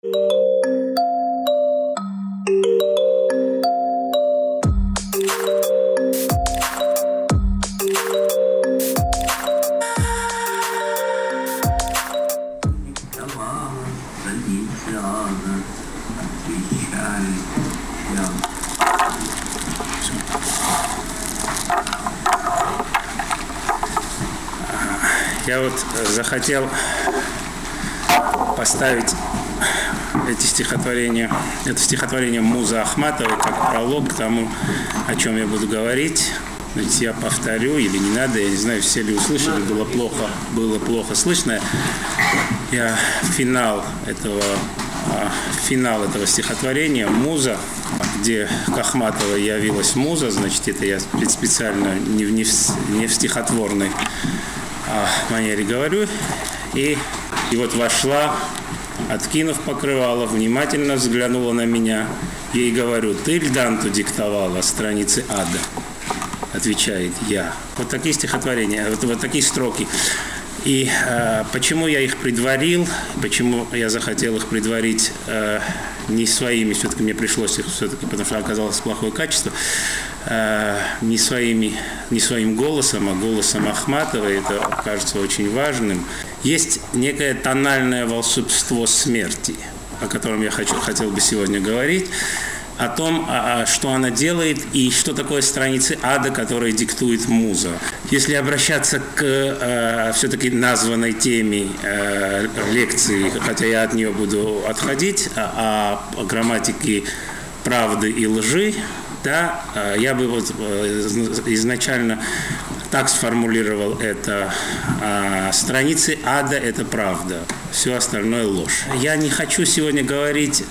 Я вот захотел поставить это стихотворение Музы Ахматовой как пролог к тому, о чем я буду говорить. Значит, я повторю или не надо, я не знаю, все ли услышали, было плохо слышно. Финал этого стихотворения «Муза», где к Ахматовой явилась муза, значит, это я специально не в стихотворной манере говорю. И вот вошла, откинув покрывало, внимательно взглянула на меня. Ей говорю: «Ты Данту диктовала страницы ада?» Отвечает: «Я». Вот такие стихотворения, вот такие строки. И почему я их предварил, почему я захотел их предварить не своими, все-таки мне пришлось их все-таки, потому что оказалось плохое качество, не своим голосом, а голосом Ахматовой, это кажется очень важным. Есть некое тональное волшебство смерти, о котором я хотел бы сегодня говорить, о том, что она делает и что такое страницы ада, которые диктует муза. Если обращаться к все-таки названной теме лекции, хотя я от нее буду отходить, о грамматике правды и лжи, да, я бы вот изначально так сформулировал это: страницы ада – это правда, все остальное – ложь. Я не хочу сегодня говорить,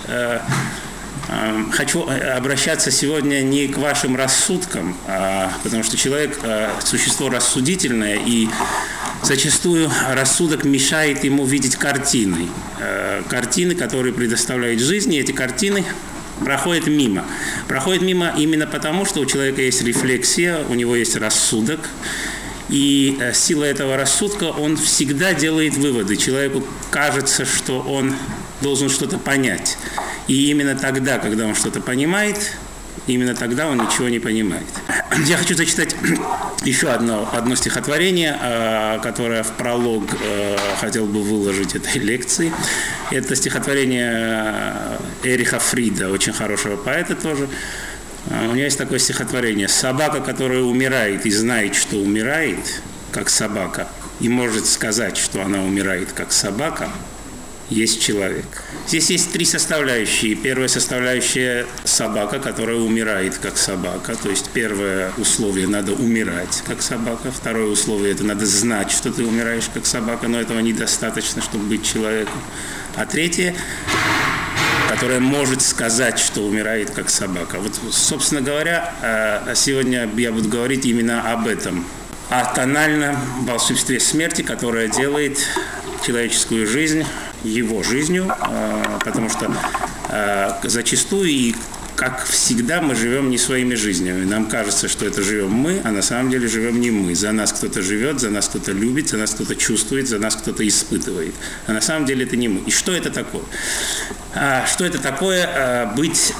хочу обращаться сегодня не к вашим рассудкам, потому что человек – существо рассудительное, и зачастую рассудок мешает ему видеть картины, которые предоставляет жизнь, и эти картины проходит мимо. Проходит мимо именно потому, что у человека есть рефлексия, у него есть рассудок, и сила этого рассудка, он всегда делает выводы. Человеку кажется, что он должен что-то понять. И именно тогда, когда он что-то понимает, именно тогда он ничего не понимает. Я хочу зачитать еще одно стихотворение, которое в пролог хотел бы выложить этой лекции. Это стихотворение Эриха Фрида, очень хорошего поэта тоже. У него есть такое стихотворение: «Собака, которая умирает и знает, что умирает, как собака, и может сказать, что она умирает, как собака, есть человек». Здесь есть три составляющие. Первая составляющая – собака, которая умирает как собака. То есть первое условие – надо умирать как собака. Второе условие – это надо знать, что ты умираешь как собака, но этого недостаточно, чтобы быть человеком. А третье – которая может сказать, что умирает как собака. Вот, собственно говоря, сегодня я буду говорить именно об этом. О тональном волшебстве смерти, которое делает человеческую жизнь его жизнью, потому что зачастую и как всегда мы живем не своими жизнями. Нам кажется, что это живем мы, а на самом деле живем не мы. За нас кто-то живет, за нас кто-то любит, за нас кто-то чувствует, за нас кто-то испытывает. А на самом деле это не мы. И что это такое? Что это такое быть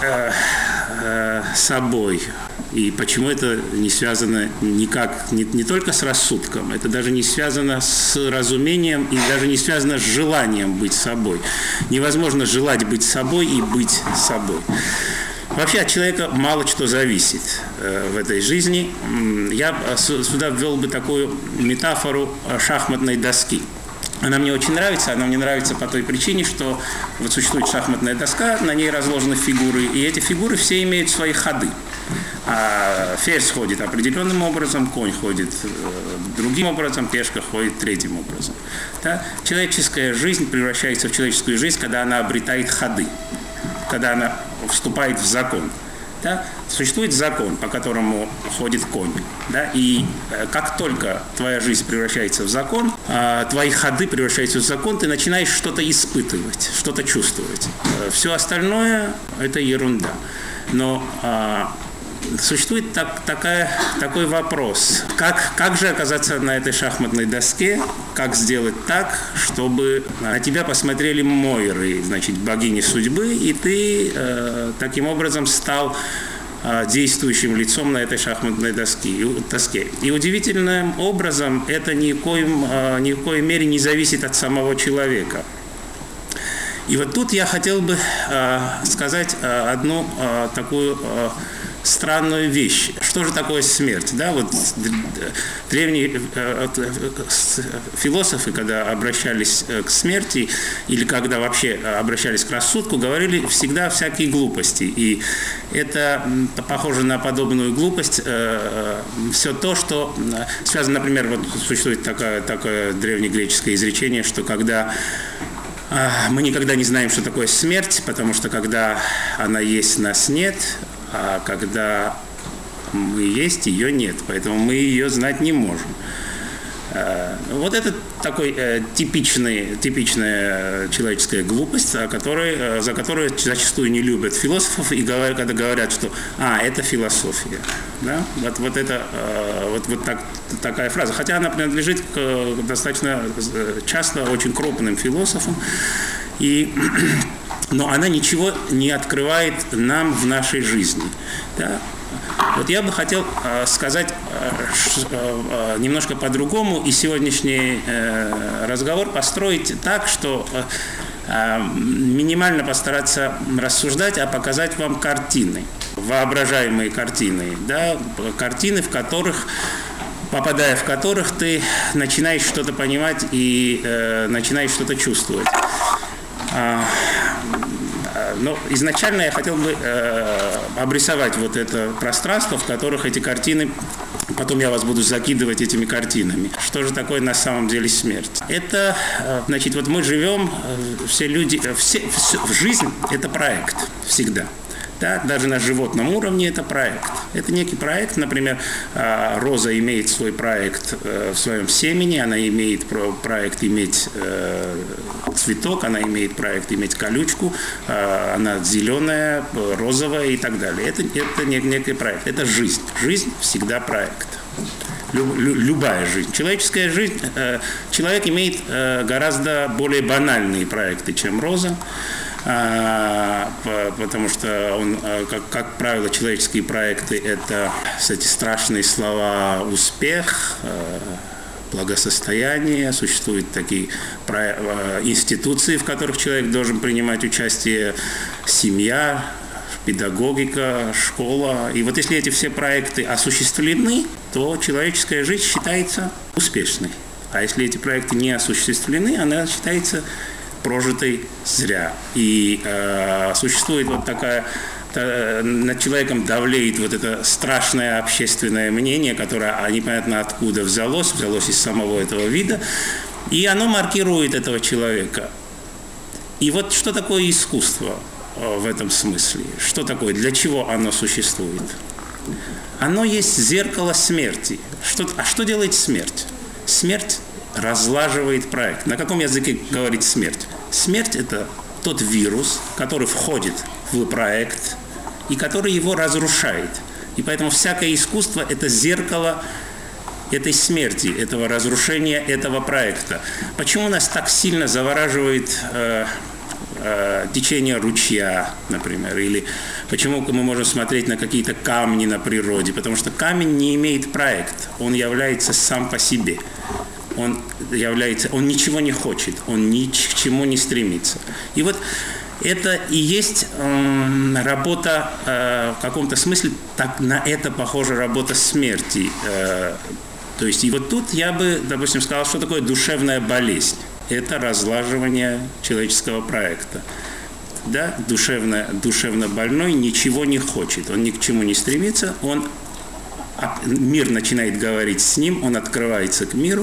собой? И почему это не связано никак, не только с рассудком, это даже не связано с разумением и даже не связано с желанием быть собой. Невозможно желать быть собой и быть собой. Вообще от человека мало что зависит в этой жизни. Я сюда ввел бы такую метафору шахматной доски. Она мне очень нравится, она мне нравится по той причине, что вот существует шахматная доска, на ней разложены фигуры, и эти фигуры все имеют свои ходы. Ферзь ходит определенным образом, конь ходит другим образом, пешка ходит третьим образом. Да? Человеческая жизнь превращается в человеческую жизнь, когда она обретает ходы, когда она вступает в закон. Да? Существует закон, по которому ходит конь. Да? И как только твоя жизнь превращается в закон, твои ходы превращаются в закон, ты начинаешь что-то испытывать, что-то чувствовать. Все остальное – это ерунда. Но существует такой вопрос. Как же оказаться на этой шахматной доске? Как сделать так, чтобы на тебя посмотрели Мойры, значит, богини судьбы, и ты таким образом стал действующим лицом на этой шахматной доске. И удивительным образом это ни в коей мере не зависит от самого человека. И вот тут я хотел бы сказать одну такую странную вещь. Что же такое смерть? Да, вот древние философы, когда обращались к смерти или когда вообще обращались к рассудку, говорили всегда всякие глупости. И это похоже на подобную глупость. Все то, что связано, например, вот существует такое древнегреческое изречение, что когда мы никогда не знаем, что такое смерть, потому что когда она есть, нас нет, а когда мы есть, ее нет, поэтому мы ее знать не можем. Вот это такой типичная человеческая глупость, за которую зачастую не любят философов, и когда говорят, что это философия. Да? Такая фраза. Хотя она принадлежит к достаточно часто очень крупным философам, но она ничего не открывает нам в нашей жизни. Да? Вот я бы хотел сказать немножко по-другому и сегодняшний разговор построить так, что минимально постараться рассуждать, а показать вам картины, воображаемые картины, да? Картины, попадая в которых ты начинаешь что-то понимать и начинаешь что-то чувствовать. Но изначально я хотел бы обрисовать вот это пространство, в которых эти картины, потом я вас буду закидывать этими картинами. Что же такое на самом деле смерть? Это, значит, вот мы живем, все люди, жизнь – это проект всегда. Да, даже на животном уровне это проект. Это некий проект, например, роза имеет свой проект в своем семени, она имеет проект иметь цветок, она имеет проект иметь колючку, она зеленая, розовая и так далее. Это некий проект, это жизнь. Жизнь всегда проект. Любая жизнь. Человеческая жизнь, человек имеет гораздо более банальные проекты, чем роза. Потому что как правило, человеческие проекты – это, кстати, страшные слова «успех», «благосостояние». Существуют такие институции, в которых человек должен принимать участие: семья, педагогика, школа. И вот если эти все проекты осуществлены, то человеческая жизнь считается успешной. А если эти проекты не осуществлены, она считается прожитой зря. И существует вот такая, над человеком давлеет вот это страшное общественное мнение, которое непонятно откуда взялось из самого этого вида, и оно маркирует этого человека. И вот что такое искусство в этом смысле? Что такое? Для чего оно существует? Оно есть зеркало смерти. А что делает смерть? Смерть разлаживает проект. На каком языке говорит смерть? Смерть – это тот вирус, который входит в проект и который его разрушает. И поэтому всякое искусство – это зеркало этой смерти, этого разрушения этого проекта. Почему нас так сильно завораживает течение ручья, например, или почему мы можем смотреть на какие-то камни на природе? Потому что камень не имеет проект, он является сам по себе. Он ничего не хочет, он ни к чему не стремится. И вот это и есть работа, в каком-то смысле, на это похожа работа смерти. То есть, и вот тут я бы, допустим, сказал, что такое душевная болезнь. Это разлаживание человеческого проекта. Да? Душевно больной ничего не хочет, он ни к чему не стремится, мир начинает говорить с ним, он открывается к миру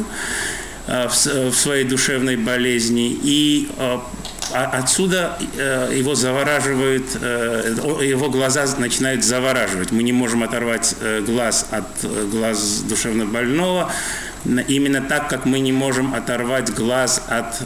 в своей душевной болезни, и отсюда его завораживает, его глаза начинают завораживать. Мы не можем оторвать глаз от глаз душевно больного, именно так, как мы не можем оторвать глаз от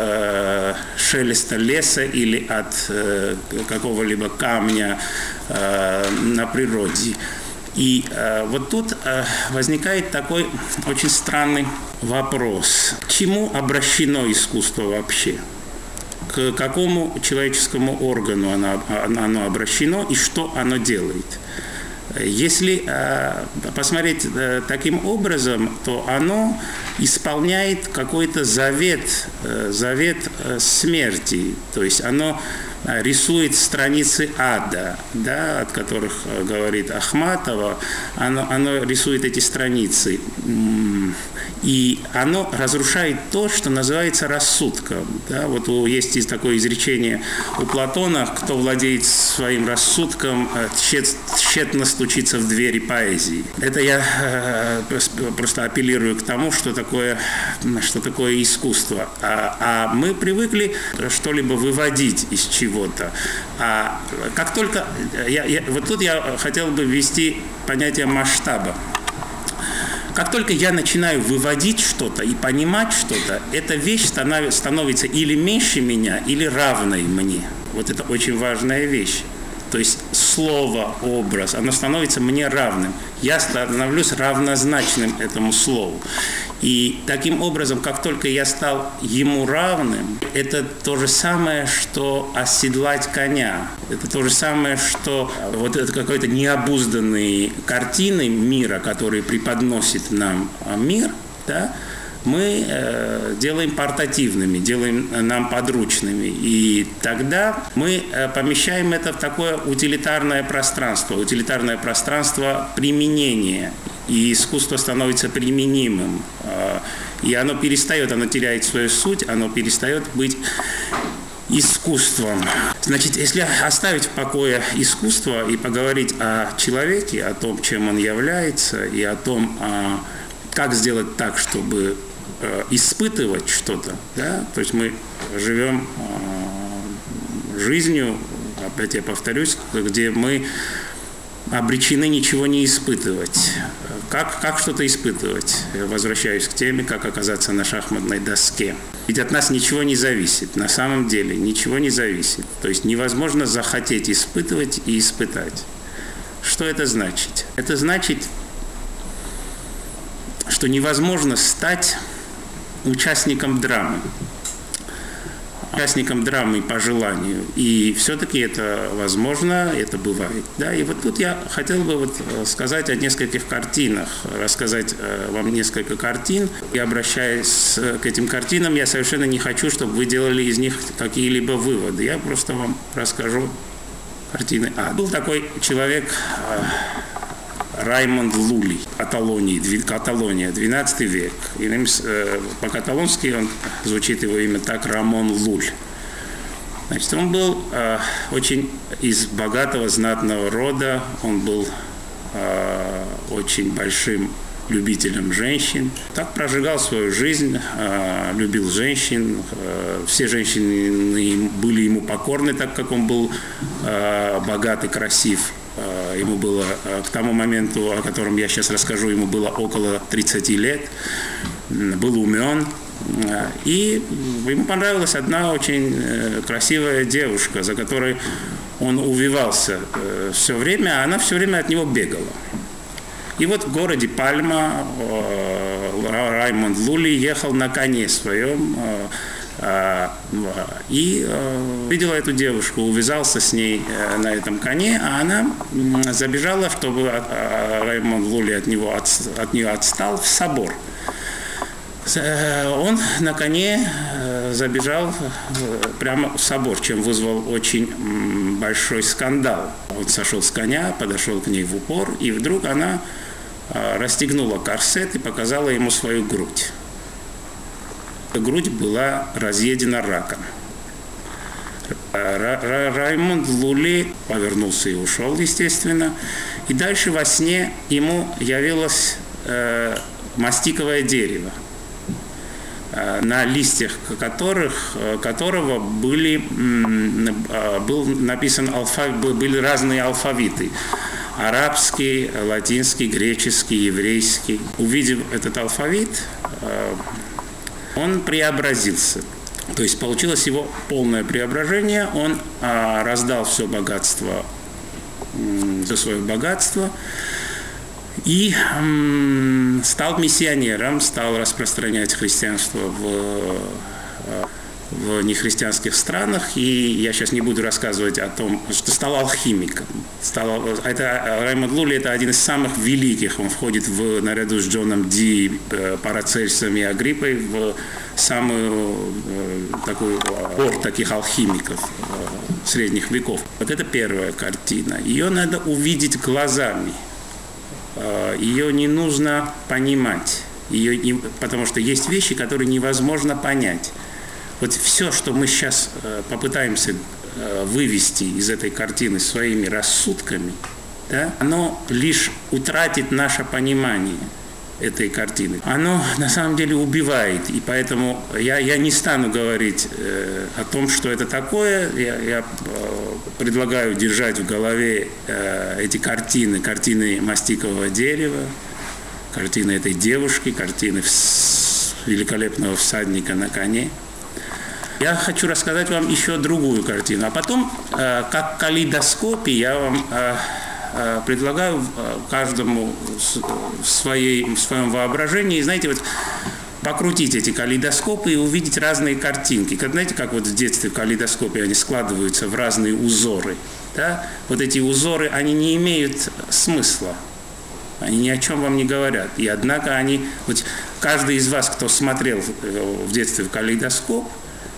шелеста леса или от какого-либо камня на природе. И вот тут возникает такой очень странный вопрос. К чему обращено искусство вообще? К какому человеческому органу оно обращено и что оно делает? Если посмотреть таким образом, то оно исполняет какой-то завет смерти. То есть оно рисует страницы ада, да, от которых говорит Ахматова. Оно рисует эти страницы. И оно разрушает то, что называется рассудком. Да? Вот есть такое изречение у Платона: кто владеет своим рассудком, тщетно стучится в двери поэзии. Это я просто апеллирую к тому, что такое искусство. А мы привыкли что-либо выводить из чего-то. А как только... Вот тут я хотел бы ввести понятие масштаба. Как только я начинаю выводить что-то и понимать что-то, эта вещь становится или меньше меня, или равной мне. Вот это очень важная вещь. То есть слово, образ, оно становится мне равным. Я становлюсь равнозначным этому слову. И таким образом, как только я стал ему равным, это то же самое, что оседлать коня. Это то же самое, что вот это какой-то необузданные картины мира, которые преподносит нам мир, да, мы делаем портативными, делаем нам подручными. И тогда мы помещаем это в такое утилитарное пространство применения. И искусство становится применимым. И оно теряет свою суть, оно перестает быть искусством. Значит, если оставить в покое искусство и поговорить о человеке, о том, чем он является, и о том, как сделать так, чтобы испытывать что-то, да? То есть мы живем жизнью, опять я повторюсь, где мы обречены ничего не испытывать. Как что-то испытывать? Я возвращаюсь к теме, как оказаться на шахматной доске. Ведь от нас ничего не зависит. На самом деле ничего не зависит. То есть невозможно захотеть испытывать и испытать. Что это значит? Это значит, что невозможно стать участником драмы по желанию. И все-таки это возможно, это бывает. Да? И вот тут я хотел бы сказать о нескольких картинах, рассказать вам несколько картин. И обращаясь к этим картинам, я совершенно не хочу, чтобы вы делали из них какие-либо выводы. Я просто вам расскажу картины. Был такой человек Раймонд Лулли, Каталония, 12 век. По-каталонски звучит его имя так, Рамон Луль. Значит, он был очень из богатого, знатного рода, он был очень большим любителем женщин. Так прожигал свою жизнь, любил женщин. Все женщины были ему покорны, так как он был богат и красив. Ему было, к тому моменту, о котором я сейчас расскажу, ему было около 30 лет, был умен. И ему понравилась одна очень красивая девушка, за которой он увивался все время, а она все время от него бегала. И вот в городе Пальма Раймонд Лулли ехал на коне своем, и видела эту девушку, увязался с ней на этом коне, а она забежала, чтобы Раймонд Лулли от нее отстал, в собор. Он на коне забежал прямо в собор, чем вызвал очень большой скандал. Он сошел с коня, подошел к ней в упор, и вдруг она расстегнула корсет и показала ему свою грудь. Грудь была разъедена раком. Раймонд Лулли повернулся и ушел, естественно. И дальше во сне ему явилось мастиковое дерево, на листьях которого были разные алфавиты. Арабский, латинский, греческий, еврейский. Увидев этот алфавит, он преобразился. То есть получилось его полное преображение. Он раздал все свое богатство И стал миссионером, стал распространять христианство в нехристианских странах. И я сейчас не буду рассказывать о том, что стал алхимиком. Раймонд Лулли – это один из самых великих. Он входит наряду с Джоном Ди, Парацельсом и Агриппой в самую такую хор таких алхимиков средних веков. Вот это первая картина. Ее надо увидеть глазами. Ее не нужно понимать, потому что есть вещи, которые невозможно понять. Вот все, что мы сейчас попытаемся вывести из этой картины своими рассудками, да, оно лишь утратит наше понимание этой картины. Оно на самом деле убивает, и поэтому я не стану говорить о том, что это такое. Я предлагаю держать в голове эти картины мастикового дерева, картины этой девушки, картины великолепного всадника на коне. Я хочу рассказать вам еще другую картину, а потом, как калейдоскопе, я вам предлагаю каждому в своем воображении, знаете, вот покрутить эти калейдоскопы и увидеть разные картинки. Знаете, как вот в детстве в калейдоскопе они складываются в разные узоры. Да? Вот эти узоры, они не имеют смысла. Они ни о чем вам не говорят. И однако они... Вот каждый из вас, кто смотрел в детстве в калейдоскоп,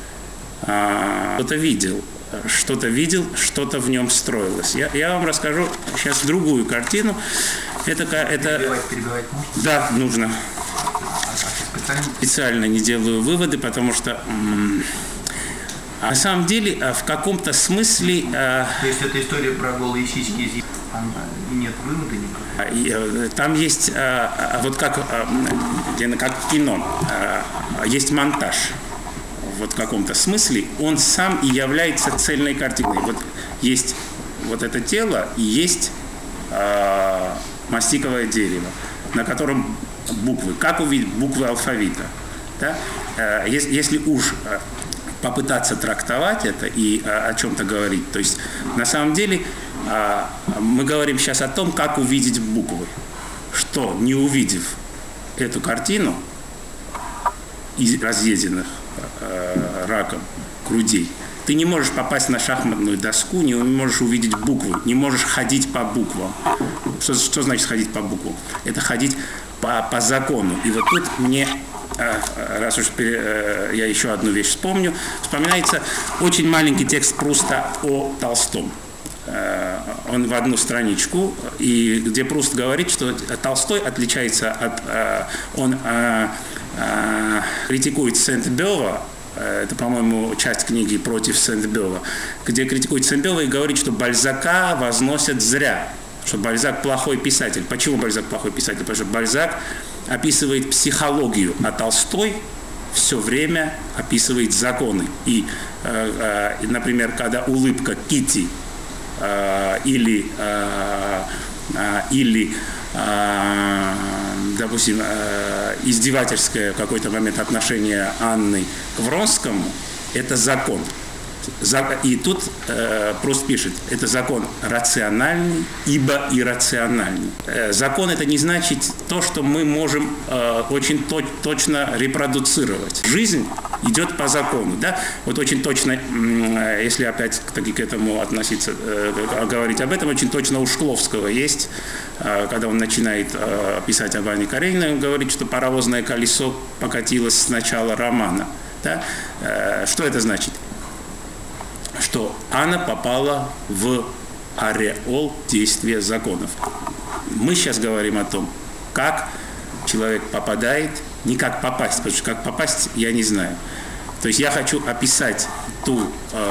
что-то видел, что-то в нем строилось. Я вам расскажу сейчас другую картину. Перебивать можно? Да, нужно. Специально не делаю выводы, потому что на самом деле в каком-то смысле... То есть это история про голые сиськи, нет вывода никакого? Там есть, вот как в кино, есть монтаж. Вот в каком-то смысле он сам и является цельной картиной. Вот есть вот это тело и есть мастиковое дерево, на котором буквы. Как увидеть буквы алфавита? Да? Если уж попытаться трактовать это и о чем-то говорить, то есть на самом деле мы говорим сейчас о том, как увидеть буквы. Что, не увидев эту картину из разъеденных раком грудей, ты не можешь попасть на шахматную доску, не можешь увидеть буквы, не можешь ходить по буквам. Что значит ходить по буквам? Это ходить по закону. И вот тут мне, раз уж я еще одну вещь вспомню, вспоминается очень маленький текст Пруста о Толстом. Он в одну страничку, и где Пруст говорит, что Толстой отличается он критикует Сент-Бёва, это, по-моему, часть книги «Против Сент-Бёва», где критикует Сент-Бёва и говорит, что Бальзака возносят зря, что Бальзак плохой писатель. Почему Бальзак плохой писатель? Потому что Бальзак описывает психологию, а Толстой все время описывает законы. И, например, когда улыбка Китти или допустим, издевательское в какой-то момент отношение Анны к Вронскому, это закон. И тут Пруст пишет, это закон рациональный, ибо иррациональный. Закон – это не значит то, что мы можем очень точно репродуцировать. Жизнь идет по закону. Да? Вот очень точно, если опять-таки к этому относиться, говорить об этом, очень точно у Шкловского есть, когда он начинает писать об Анне Карениной, он говорит, что паровозное колесо покатилось с начала романа. Да? Что это значит? Что Анна попала в ореол действия законов. Мы сейчас говорим о том, как человек попадает, не как попасть, потому что как попасть я не знаю. То есть я хочу описать то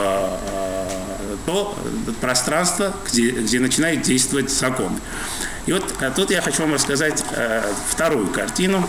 пространство, где начинают действовать законы. И вот тут я хочу вам рассказать вторую картину.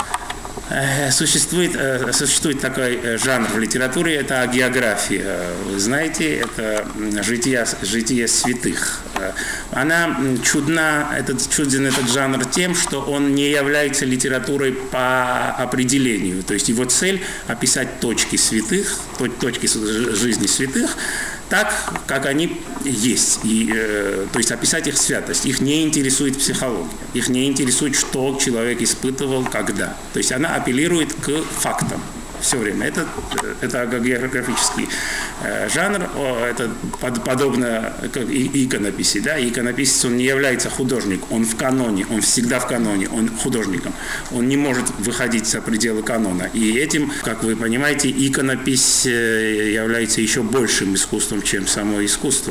Существует такой жанр в литературе, это агеография. Вы знаете, это житие святых. Она чуден этот жанр тем, что он не является литературой по определению. То есть его цель – описать точки святых, точки жизни святых, так, как они есть, то есть описать их святость. Их не интересует психология, их не интересует, что человек испытывал, когда. То есть она апеллирует к фактам все время. Это географический жанр, это подобно как иконописи. Да? Иконописец, он не является художником, он в каноне, он всегда в каноне, он художником. Он не может выходить за пределы канона. И этим, как вы понимаете, иконопись является еще большим искусством, чем само искусство.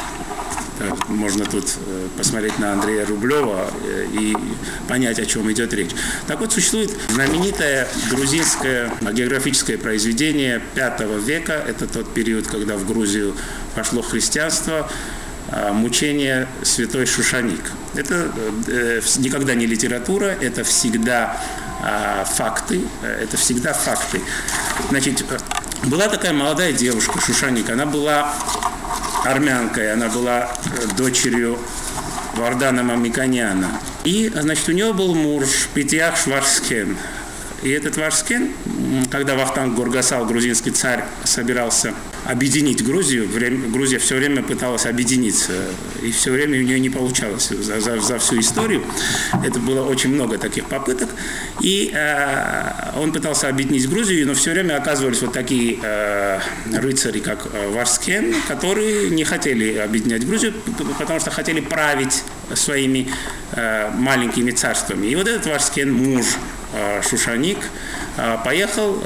Можно тут посмотреть на Андрея Рублева и понять, о чем идет речь. Так вот, существует знаменитое грузинское географическое произведение V века. Это тот период, когда в Грузию пошло христианство. «Мучение святой Шушаник». Это никогда не литература, это всегда факты. Это всегда факты. Значит, была такая молодая девушка Шушаник. Она была армянкой, она была дочерью Вардана Мамиконяна. И, значит, у нее был муж Питьях Шварскен. И этот Варскен, когда Вахтанг Горгасал, грузинский царь, собирался объединить Грузию, Грузия все время пыталась объединиться, и все время у нее не получалось за всю историю. Это было очень много таких попыток. И он пытался объединить Грузию, но все время оказывались вот такие рыцари, как Варскен, которые не хотели объединять Грузию, потому что хотели править своими маленькими царствами. И вот этот Варскен, муж Шушаник, поехал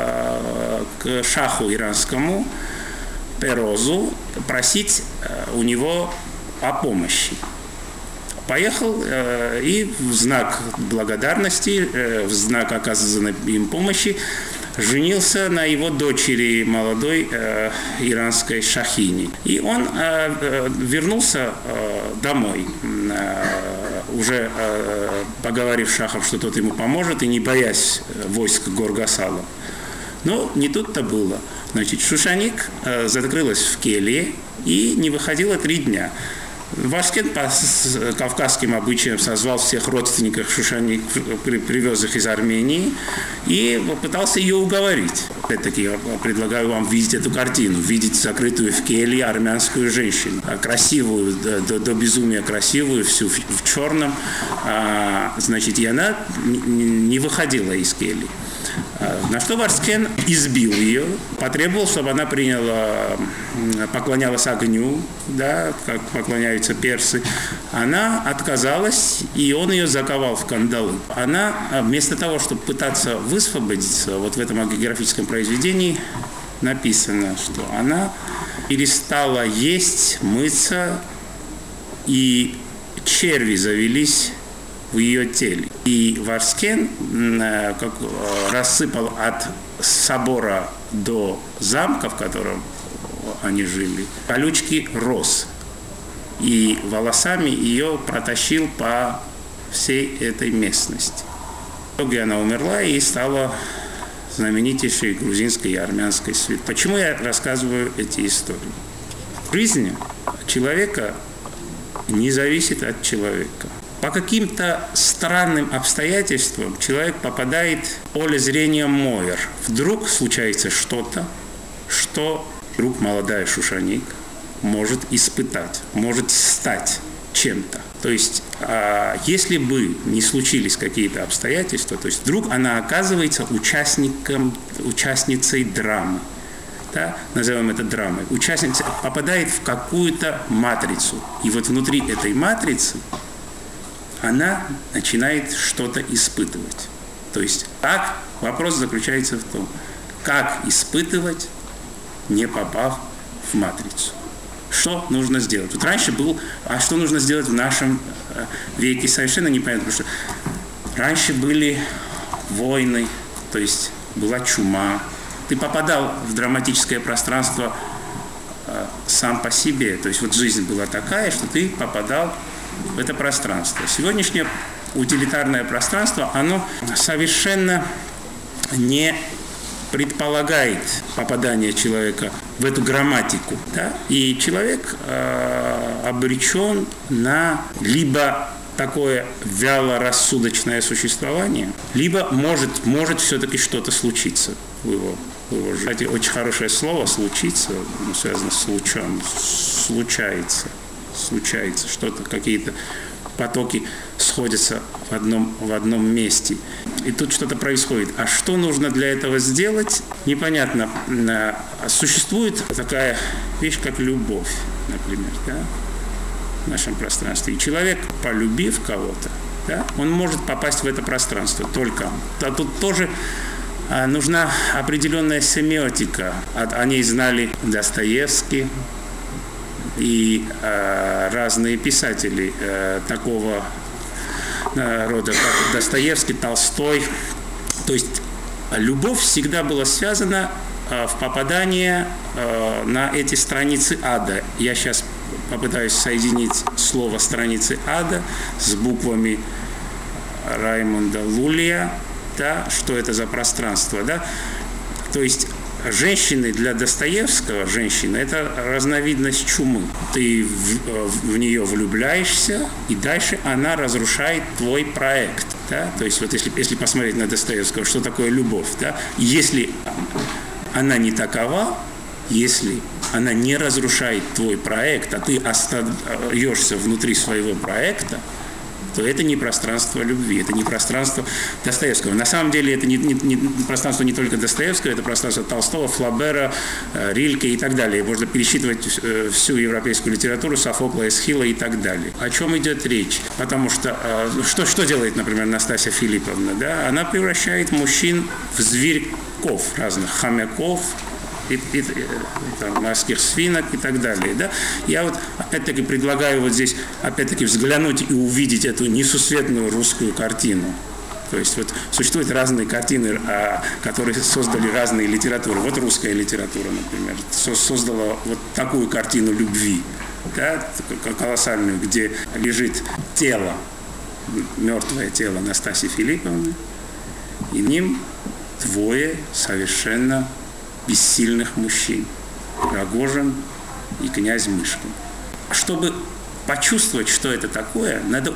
к шаху иранскому Перозу просить у него о помощи. Поехал и в знак благодарности, в знак оказанной им помощи, женился на его дочери, молодой иранской шахини. И он вернулся домой, уже поговорив с шахом, что тот ему поможет, и не боясь войск Горгасала. Но не тут-то было. Значит, Шушаник закрылась в келье и не выходила 3 дня. Варскен по кавказским обычаям созвал всех родственников Шушаник, привез их из Армении и попытался ее уговорить. Опять-таки, я предлагаю вам видеть эту картину, видеть закрытую в келье армянскую женщину, красивую, до безумия красивую, всю в черном. Значит, и она не выходила из кельи. На что Варскен избил ее, потребовал, чтобы она поклонялась огню, да, как поклоняются персы. Она отказалась, и он ее заковал в кандалы. Она, вместо того, чтобы пытаться высвободиться, вот в этом географическом произведении написано, что она перестала есть, мыться, и черви завелись в ее теле. И Варскен рассыпал от собора до замка, в котором они жили, колючки роз. И волосами ее протащил по всей этой местности. В итоге она умерла и стала знаменитейшей грузинской и армянской святой. Почему я рассказываю эти истории? Жизнь человека не зависит от человека. По каким-то странным обстоятельствам человек попадает в поле зрения Мойер. Вдруг случается что-то, что вдруг молодая Шушаник может испытать, может стать чем-то. То есть, если бы не случились какие-то обстоятельства, то есть вдруг она оказывается участницей драмы. Да, назовем это драмой. Участница попадает в какую-то матрицу. И вот внутри этой матрицы она начинает что-то испытывать. То есть, вопрос заключается в том, как испытывать, не попав в матрицу. Что нужно сделать? Вот раньше что нужно сделать в нашем веке, совершенно непонятно, потому что раньше были войны, то есть была чума. Ты попадал в драматическое пространство сам по себе. То есть вот жизнь была такая, что ты попадал в это пространство. Сегодняшнее утилитарное пространство, оно совершенно не предполагает попадание человека в эту грамматику. Да? И человек обречен на либо такое вяло-рассудочное существование, либо может все-таки что-то случиться в его Кстати, очень хорошее слово «случиться», связано с лучом. Случается, что-то, какие-то потоки сходятся в одном месте. И тут что-то происходит. А что нужно для этого сделать, непонятно. Существует такая вещь, как любовь, например, да, в нашем пространстве. И человек, полюбив кого-то, да, он может попасть в это пространство только. А тут тоже нужна определенная семиотика. О ней знали Достоевский и разные писатели такого рода, как Достоевский, Толстой. То есть любовь всегда была связана в попадании на эти страницы ада. Я сейчас попытаюсь соединить слово «страницы ада» с буквами Раймонда Лулия. Да, что это за пространство, да? То есть женщины для Достоевского, женщина – это разновидность чумы. Ты в нее влюбляешься, и дальше она разрушает твой проект. Да? То есть вот если посмотреть на Достоевского, что такое любовь, да? Если она не такова, если она не разрушает твой проект, а ты остаешься внутри своего проекта, то это не пространство любви, это не пространство Достоевского. На самом деле это не пространство не только Достоевского, это пространство Толстого, Флабера, Рильке и так далее. Можно пересчитывать всю европейскую литературу, Софокла, Эсхила и так далее. О чем идет речь? Потому что что делает, например, Настасья Филипповна? Да? Она превращает мужчин в зверьков разных, хомяков, морских свинок и так далее. Да? Я вот опять-таки предлагаю вот здесь опять-таки взглянуть и увидеть эту несусветную русскую картину. То есть вот существуют разные картины, которые создали разные литературы. Вот русская литература, например, создала вот такую картину любви, да, колоссальную, где лежит тело, мертвое тело Настасьи Филипповны, и в ним двое совершенно бессильных мужчин – Рогожин и князь Мышкин. Чтобы почувствовать, что это такое, надо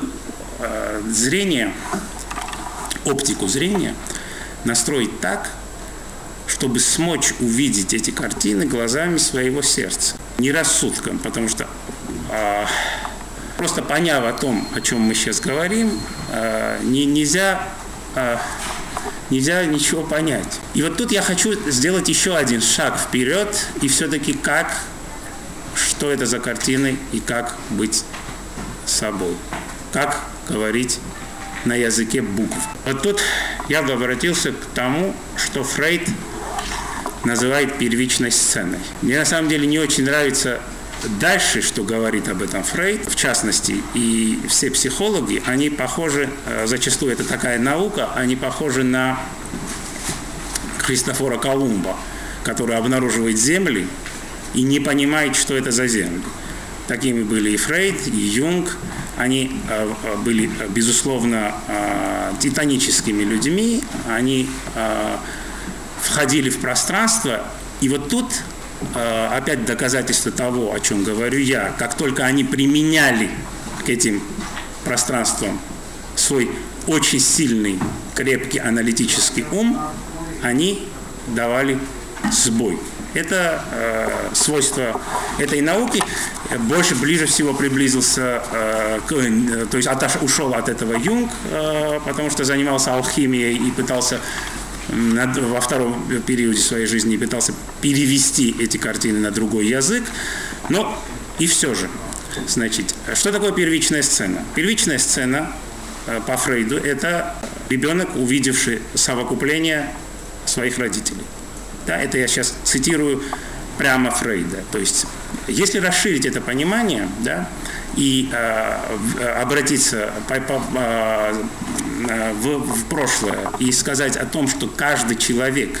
оптику зрения настроить так, чтобы смочь увидеть эти картины глазами своего сердца. Не рассудком, потому что просто поняв о том, о чем мы сейчас говорим, нельзя ничего понять. И вот тут я хочу сделать еще один шаг вперед, и все-таки что это за картины, и как быть собой. Как говорить на языке букв. Вот тут я бы обратился к тому, что Фрейд называет первичной сценой. Мне на самом деле не очень нравится дальше, что говорит об этом Фрейд, в частности, и все психологи, они похожи, зачастую это такая наука, они похожи на Христофора Колумба, который обнаруживает земли и не понимает, что это за земли. Такими были и Фрейд, и Юнг. Они были, безусловно, титаническими людьми, они входили в пространство, и вот тут опять доказательство того, о чем говорю я. Как только они применяли к этим пространствам свой очень сильный, крепкий аналитический ум, они давали сбой. Это свойство этой науки. Ближе всего приблизился, то есть ушел от этого Юнг, потому что занимался алхимией и пытался во втором периоде своей жизни пытался перевести эти картины на другой язык. Но и все же. Значит, что такое первичная сцена? Первичная сцена по Фрейду – это ребенок, увидевший совокупление своих родителей. Да, это я сейчас цитирую прямо Фрейда. То есть, если расширить это понимание, да, и обратиться в прошлое и сказать о том, что каждый человек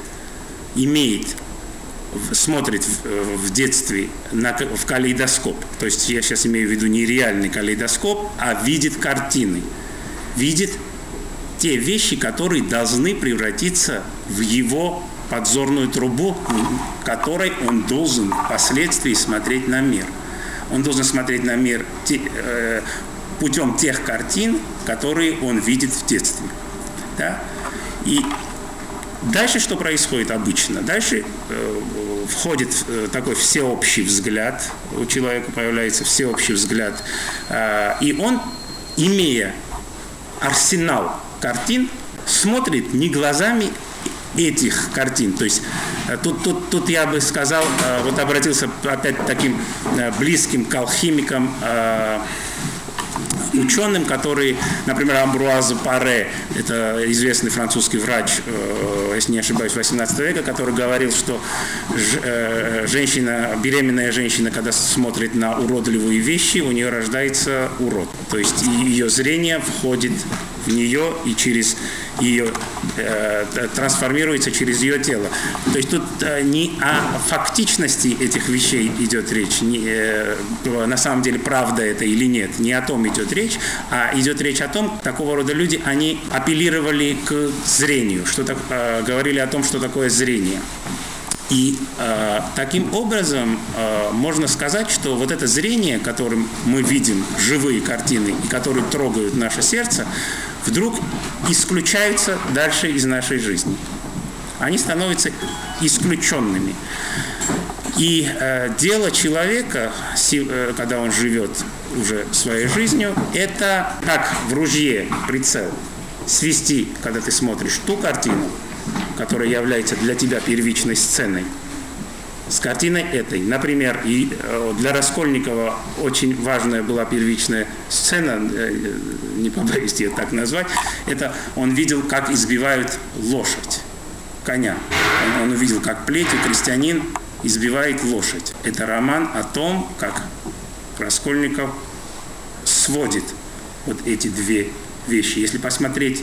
смотрит в детстве в калейдоскоп. То есть я сейчас имею в виду не реальный калейдоскоп, а видит картины. Видит те вещи, которые должны превратиться в его подзорную трубу, которой он должен впоследствии смотреть на мир. Он должен смотреть на мир путем тех картин, которые он видит в детстве. Да? И Дальше что происходит обычно? Дальше входит такой всеобщий взгляд, у человека появляется всеобщий взгляд, и он, имея арсенал картин, смотрит не глазами этих картин. То есть тут я бы сказал, вот обратился опять таким близким к алхимикам, ученым, которые, например, Амбруаз Паре, это известный французский врач, если не ошибаюсь, 18 века, который говорил, что беременная женщина, когда смотрит на уродливые вещи, у нее рождается урод. То есть ее зрение входит в нее и через ее трансформируется через ее тело. То есть тут не о фактичности этих вещей идет речь, на самом деле правда это или нет, не о том идет речь, а идет речь о том, такого рода люди, они апеллировали к зрению, говорили о том, что такое зрение. И таким образом можно сказать, что вот это зрение, которым мы видим живые картины и которые трогают наше сердце, вдруг исключаются дальше из нашей жизни. Они становятся исключенными. И дело человека, когда он живет уже своей жизнью, это как в ружье прицел свести, когда ты смотришь ту картину, которая является для тебя первичной сценой, с картиной этой. Например, и для Раскольникова очень важная была первичная сцена, не побоюсь ее так назвать, это он видел, как избивают лошадь, коня. Он увидел, как плетью крестьянин избивает лошадь. Это роман о том, как Раскольников сводит вот эти две вещи. Если посмотреть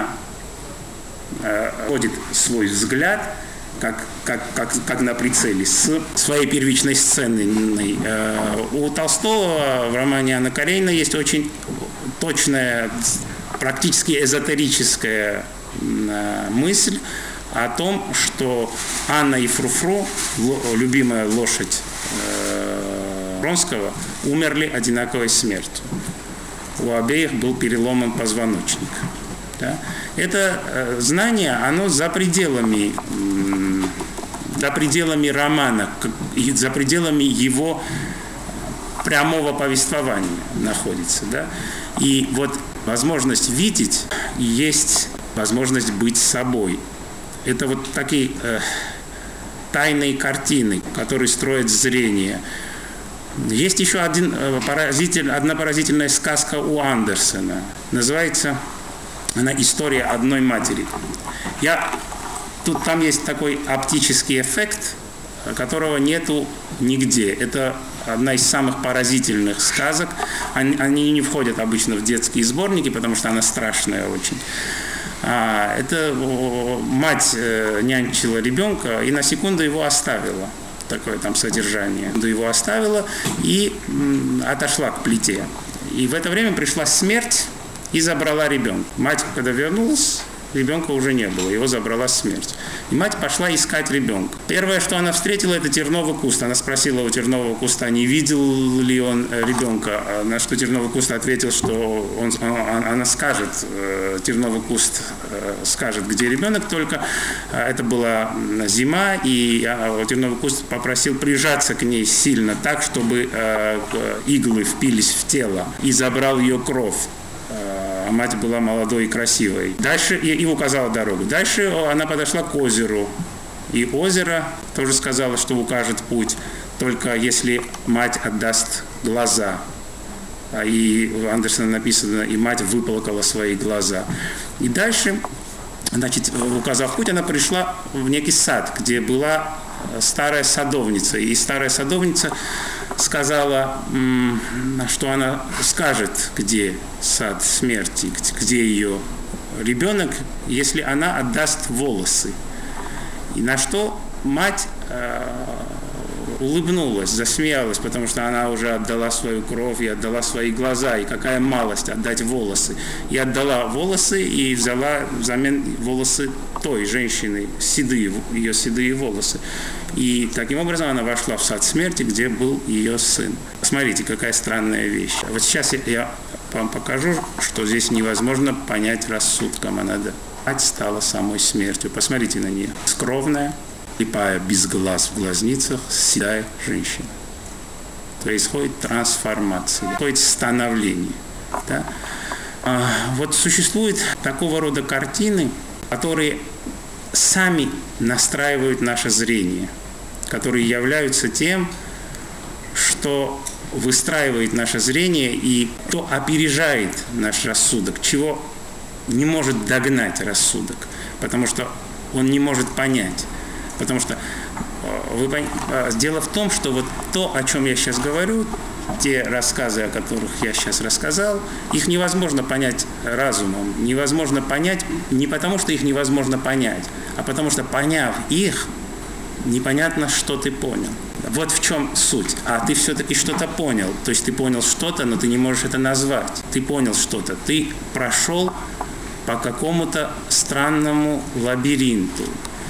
вводит свой взгляд, как на прицеле, с своей первичной сценой. У Толстого в романе Анна Каренина есть очень точная, практически эзотерическая мысль о том, что Анна и Фруфру, любимая лошадь Вронского, умерли одинаковой смертью. У обеих был переломан позвоночник. Да? Это знание, оно за пределами романа, за пределами его прямого повествования находится. Да? И вот возможность видеть есть возможность быть собой. Это вот такие тайные картины, которые строят зрение. Есть еще одна поразительная сказка у Андерсена. Называется она «История одной матери». Там есть такой оптический эффект, которого нету нигде. Это одна из самых поразительных сказок. Они не входят обычно в детские сборники, потому что она страшная очень. Это мать нянчила ребенка и на секунду его оставила. Такое там содержание. Его оставила и отошла к плите. И в это время пришла смерть и забрала ребенка. Мать, когда вернулась, ребенка уже не было, его забрала смерть. И мать пошла искать ребенка. Первое, что она встретила, это терновый куст. Она спросила у тернового куста, не видел ли он ребенка. На что терновый куст ответил, что она скажет, терновый куст скажет, где ребенок, только это была зима, и терновый куст попросил прижаться к ней сильно, так, чтобы иглы впились в тело, и забрал ее кровь. А мать была молодой и красивой. Дальше и указала дорогу. Дальше она подошла к озеру. И озеро тоже сказала, что укажет путь, только если мать отдаст глаза. И у Андерсена написано, и мать выплакала свои глаза. И дальше, значит, указав путь, она пришла в некий сад, где была старая садовница. И старая садовница сказала, что она скажет, где сад смерти, где ее ребенок, если она отдаст волосы. И на что мать улыбнулась, засмеялась, потому что она уже отдала свою кровь и отдала свои глаза, и какая малость отдать волосы. И отдала волосы и взяла взамен волосы той женщины, ее седые волосы. И таким образом она вошла в сад смерти, где был ее сын. Смотрите, какая странная вещь. Вот сейчас я вам покажу, что здесь невозможно понять рассудком, а надо Мать стала самой смертью. Посмотрите на нее. Скромная, слепая, без глаз в глазницах, седая женщина. Происходит трансформация, происходит становление. Да? Вот существуют такого рода картины, которые сами настраивают наше зрение, которые являются тем, что выстраивает наше зрение и то опережает наш рассудок, чего не может догнать рассудок, потому что он не может понять. Потому что дело в том, что вот то, о чем я сейчас говорю, те рассказы, о которых я сейчас рассказал, их невозможно понять разумом. Невозможно понять не потому, что их невозможно понять, а потому что, поняв их, непонятно, что ты понял. Вот в чем суть. А ты все-таки что-то понял. То есть ты понял что-то, но ты не можешь это назвать. Ты понял что-то. Ты прошел по какому-то странному лабиринту.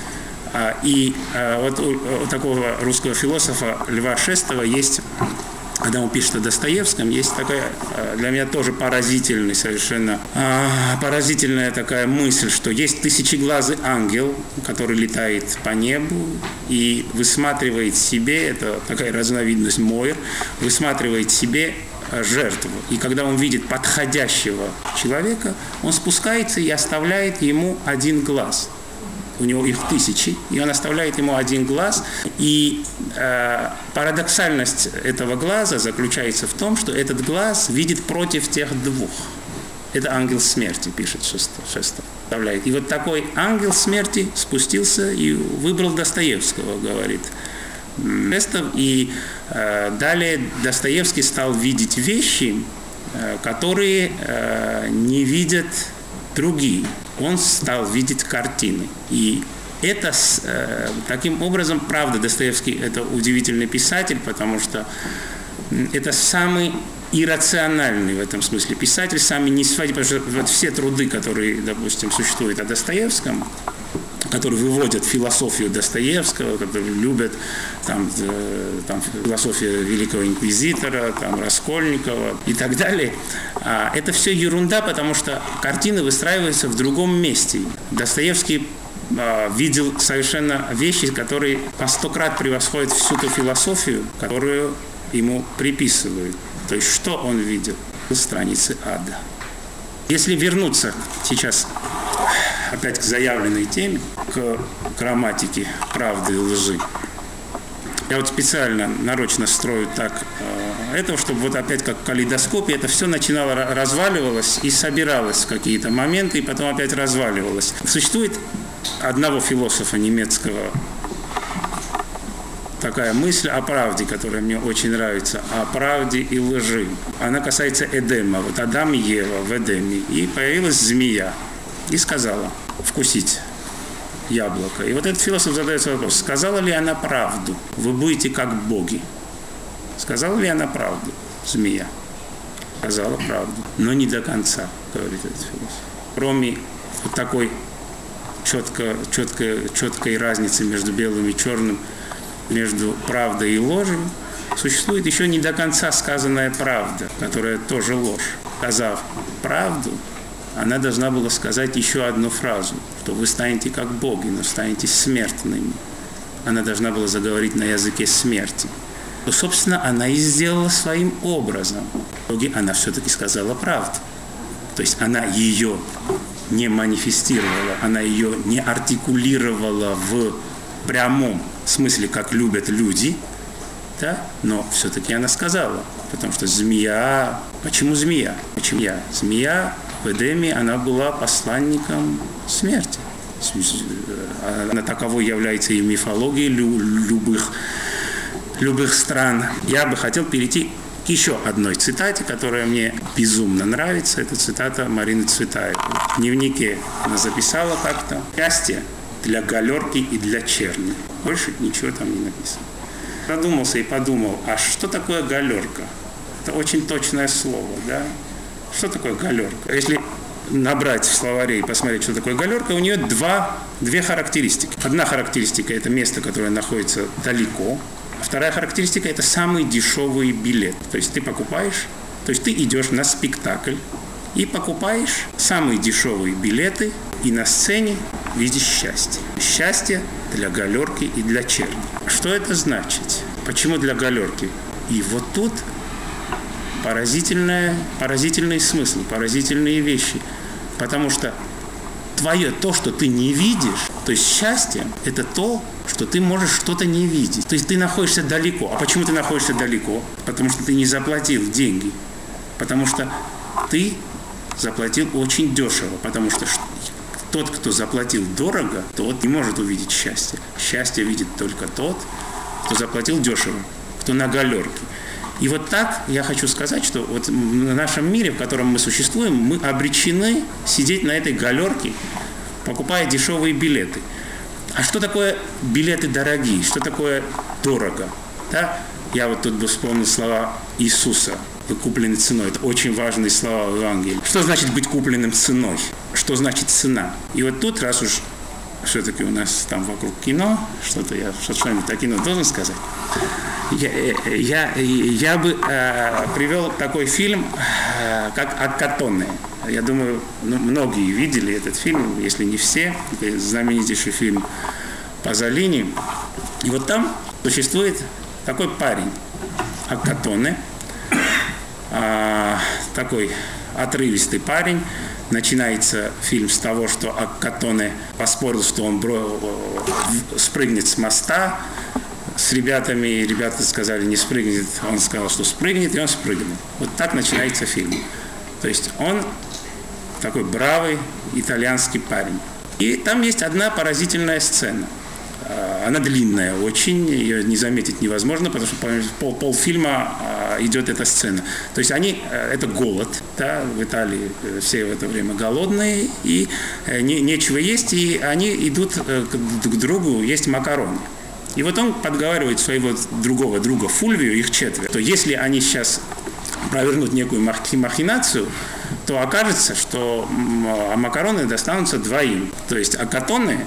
И вот у такого русского философа Льва Шестого есть, когда он пишет о Достоевском, есть такая, для меня тоже совершенно поразительная такая мысль, что есть тысячеглазый ангел, который летает по небу и высматривает себе, это такая разновидность Мойр, высматривает себе жертву. И когда он видит подходящего человека, он спускается и оставляет ему один глаз. У него их тысячи, и он оставляет ему один глаз. И парадоксальность этого глаза заключается в том, что этот глаз видит против тех двух. Это ангел смерти, пишет Шестов. И вот такой ангел смерти спустился и выбрал Достоевского, говорит Шестов. И далее Достоевский стал видеть вещи, которые не видят другие. Он стал видеть картины. И это таким образом, правда, Достоевский – это удивительный писатель, потому что это самый иррациональный в этом смысле писатель, самый несводимый, потому что вот все труды, которые, допустим, существуют о Достоевском, которые выводят философию Достоевского, которые любят там философию Великого Инквизитора, там, Раскольникова и так далее. Это все ерунда, потому что картины выстраиваются в другом месте. Достоевский видел совершенно вещи, которые по 100 крат превосходят всю ту философию, которую ему приписывают. То есть что он видел? Страницы ада. Если вернуться сейчас опять к заявленной теме, к грамматике правды и лжи. Я вот специально, нарочно строю так этого, чтобы вот опять как в калейдоскопе это все начинало разваливалось и собиралось в какие-то моменты, и потом опять разваливалось. Существует одного философа немецкого такая мысль о правде, которая мне очень нравится, о правде и лжи. Она касается Эдема. Вот Адам и Ева в Эдеме. И появилась змея. И сказала вкусить яблоко. И вот этот философ задается вопрос, сказала ли она правду? Вы будете как боги. Сказала ли она правду? Змея. Сказала правду. Но не до конца, говорит этот философ. Кроме вот такой четкой разницы между белым и черным, между правдой и ложью, существует еще не до конца сказанная правда, которая тоже ложь. Сказав правду, она должна была сказать еще одну фразу, что вы станете как боги, но станете смертными. Она должна была заговорить на языке смерти. То, собственно, она и сделала своим образом. В итоге она все-таки сказала правду. То есть она ее не манифестировала, она ее не артикулировала в прямом смысле, как любят люди, да? Но все-таки она сказала. Потому что змея... Почему змея? Почему я? Змея в Эдеме, она была посланником смерти. Она таковой является и в мифологии любых стран. Я бы хотел перейти к еще одной цитате, которая мне безумно нравится. Это цитата Марины Цветаевой. В дневнике она записала как-то: «Счастье для галерки и для черни». Больше ничего там не написано. Задумался и подумал, а что такое галерка? Это очень точное слово, да? Что такое галерка? Если набрать в словаре и посмотреть, что такое галерка, у нее две характеристики. Одна характеристика – это место, которое находится далеко. А вторая характеристика – это самый дешевый билет. То есть ты идешь на спектакль и покупаешь самые дешевые билеты и на сцене видишь счастье. Счастье для галерки и для черни. Что это значит? Почему для галерки? И вот тут поразительный смысл, поразительные вещи. Потому что то, что ты не видишь, то есть счастье, это то, что ты можешь что-то не видеть. То есть ты находишься далеко. А почему ты находишься далеко? Потому что ты не заплатил деньги. Потому что ты заплатил очень дешево. Потому что тот, кто заплатил дорого, тот не может увидеть счастье. Счастье видит только тот, кто заплатил дешево, кто на галерке. И вот так я хочу сказать, что вот в нашем мире, в котором мы существуем, мы обречены сидеть на этой галерке, покупая дешевые билеты. А что такое билеты дорогие? Что такое дорого? Да? Я вот тут бы вспомнил слова Иисуса. Вы куплены ценой. Это очень важные слова в Евангелии. Что значит быть купленным ценой? Что значит цена? И вот тут, раз уж все-таки у нас там вокруг кино, что-нибудь о кино должен сказать. Я бы привел такой фильм, как «Аккатоне». Я думаю, многие видели этот фильм, если не все. Это знаменитейший фильм Пазолини. И вот там существует такой парень, Аккатоне, такой отрывистый парень. Начинается фильм с того, что Аккатоне поспорил, что он спрыгнет с моста с ребятами. Ребята сказали, не спрыгнет. Он сказал, что спрыгнет, и он спрыгнул. Вот так начинается фильм. То есть он такой бравый итальянский парень. И там есть одна поразительная сцена. Она длинная очень, ее не заметить невозможно, потому что полфильма идет эта сцена. То есть это голод, да, в Италии все в это время голодные, и нечего есть, и они идут к другу есть макароны. И вот он подговаривает своего другого друга Фульвию, их четверо, то если они сейчас провернут некую махинацию, то окажется, что макароны достанутся двоим. То есть Аккатоне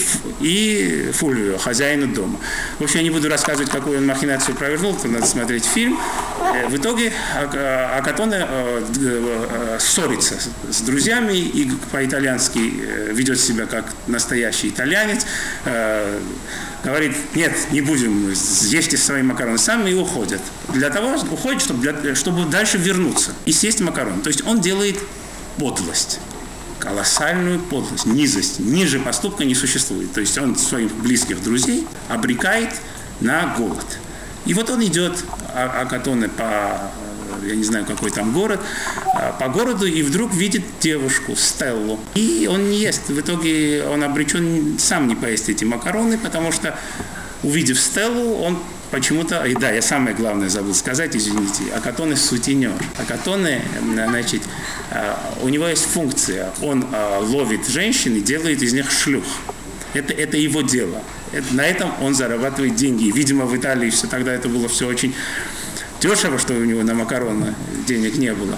и Фульвио, хозяину дома. В общем, я не буду рассказывать, какую он махинацию провернул, то надо смотреть фильм. В итоге Аккатоне ссорится с друзьями и по-итальянски ведет себя как настоящий итальянец. Говорит, нет, не будем, ешьте свои макароны сами, и уходят. Уходит, чтобы дальше вернуться и съесть макароны. То есть он делает подлость. Колоссальную подлость, низость. Ниже поступка не существует. То есть он своих близких друзей обрекает на голод. И вот он идет, Аккатоне, я не знаю, какой там город, по городу, и вдруг видит девушку, Стеллу. И он не ест. В итоге он обречен сам не поесть эти макароны, потому что, увидев Стеллу, он почему-то, и да, я самое главное забыл сказать, извините, Аккатоне сутенер. Аккатоне, значит, у него есть функция, он ловит женщин и делает из них шлюх. Это его дело. На этом он зарабатывает деньги. И, видимо, в Италии тогда это было все очень дешево, что у него на макароны денег не было.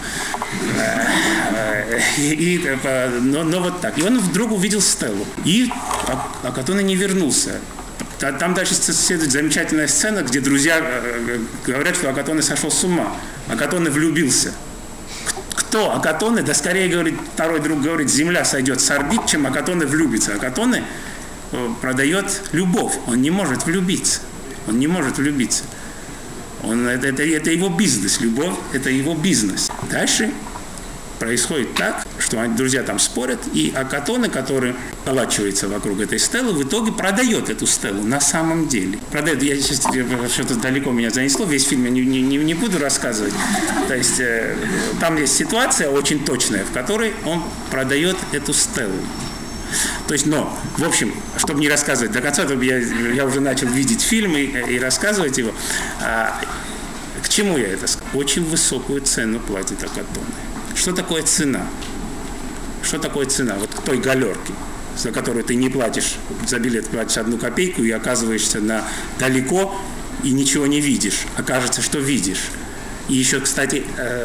Но вот так. И он вдруг увидел Стеллу. И Аккатоне не вернулся. Там дальше следует замечательная сцена, где друзья говорят, что Аккатоне сошел с ума. Аккатоне влюбился. Кто? Аккатоне? Да скорее, говорит, второй друг говорит, земля сойдет с орбит, чем Аккатоне влюбится. Аккатоне продает любовь. Он не может влюбиться. Он не может влюбиться. Это его бизнес. Любовь – это его бизнес. Дальше происходит так, что друзья там спорят, и Аккатоне, который околачивается вокруг этой Стеллы, в итоге продает эту Стеллу на самом деле. Продает, я сейчас что-то далеко меня занесло, весь фильм я не буду рассказывать. То есть там есть ситуация очень точная, в которой он продает эту Стеллу. То есть, но, в общем, чтобы не рассказывать до конца, я уже начал видеть фильм и рассказывать его. К чему я это сказал? Очень высокую цену платит Аккатоне. Что такое цена? Что такое цена? Вот к той галерке, за которую ты не платишь, за билет платишь 1 копейку и оказываешься далеко и ничего не видишь. Окажется, что видишь. И еще, кстати,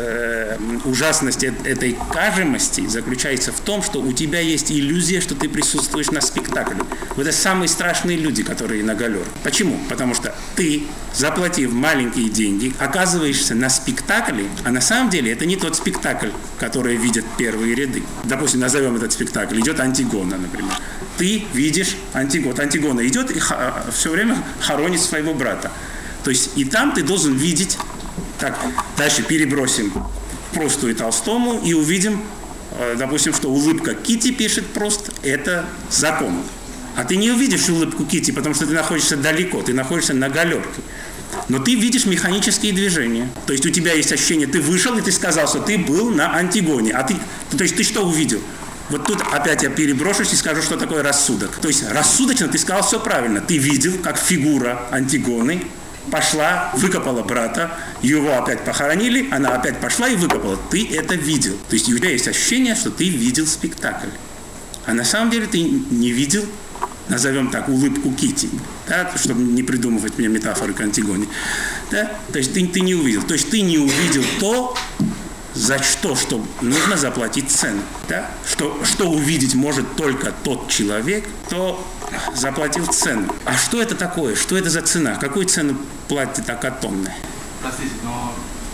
ужасность этой кажемости заключается в том, что у тебя есть иллюзия, что ты присутствуешь на спектакле. Вот это самые страшные люди, которые на галерке. Почему? Потому что ты, заплатив маленькие деньги, оказываешься на спектакле, а на самом деле это не тот спектакль, который видят первые ряды. Допустим, назовем этот спектакль. Идет Антигона, например. Ты видишь Антигону. Антигона идет и все время хоронит своего брата. То есть и там ты должен видеть. Так, дальше перебросим Прусту и Толстому и увидим, допустим, что улыбка Кити пишет Пруст – это закон. А ты не увидишь улыбку Кити, потому что ты находишься далеко, ты находишься на галерке. Но ты видишь механические движения. То есть у тебя есть ощущение, ты вышел и ты сказал, что ты был на Антигоне. То есть ты что увидел? Вот тут опять я переброшусь и скажу, что такое рассудок. То есть рассудочно ты сказал все правильно. Ты видел, как фигура Антигоны пошла, выкопала брата, его опять похоронили, она опять пошла и выкопала. Ты это видел. То есть у тебя есть ощущение, что ты видел спектакль. А на самом деле ты не видел, назовем так, улыбку Кити, да, чтобы не придумывать мне метафоры к Антигоне. Да? То есть ты не увидел. То есть ты не увидел то, за что нужно заплатить цену. Да? Что увидеть может только тот человек, кто заплатил цену. А что это такое? Что это за цена? Какую цену платит Акатомне? Простите, но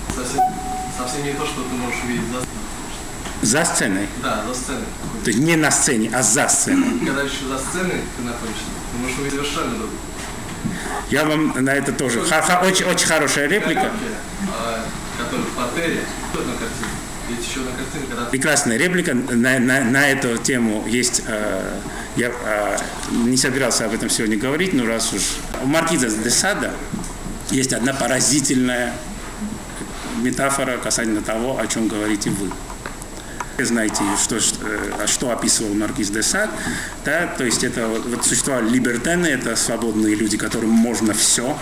совсем не то, что ты можешь увидеть за сценой? Да, за сценой. То есть не на сцене, а за сценой. Когда еще за сценой ты находишься, ты можешь увидеть совершенно другое. Я вам на это тоже. Очень хорошая реплика. Который в портере, кто на картине? Есть еще на картине, когда... Прекрасная реплика. На эту тему есть... Я не собирался об этом сегодня говорить, но раз уж... У Маркиза де Сада есть одна поразительная метафора касательно того, о чем говорите вы. Вы знаете, что описывал Маркиз де Сад, да? То есть это вот существовали либертены, это свободные люди, которым можно все,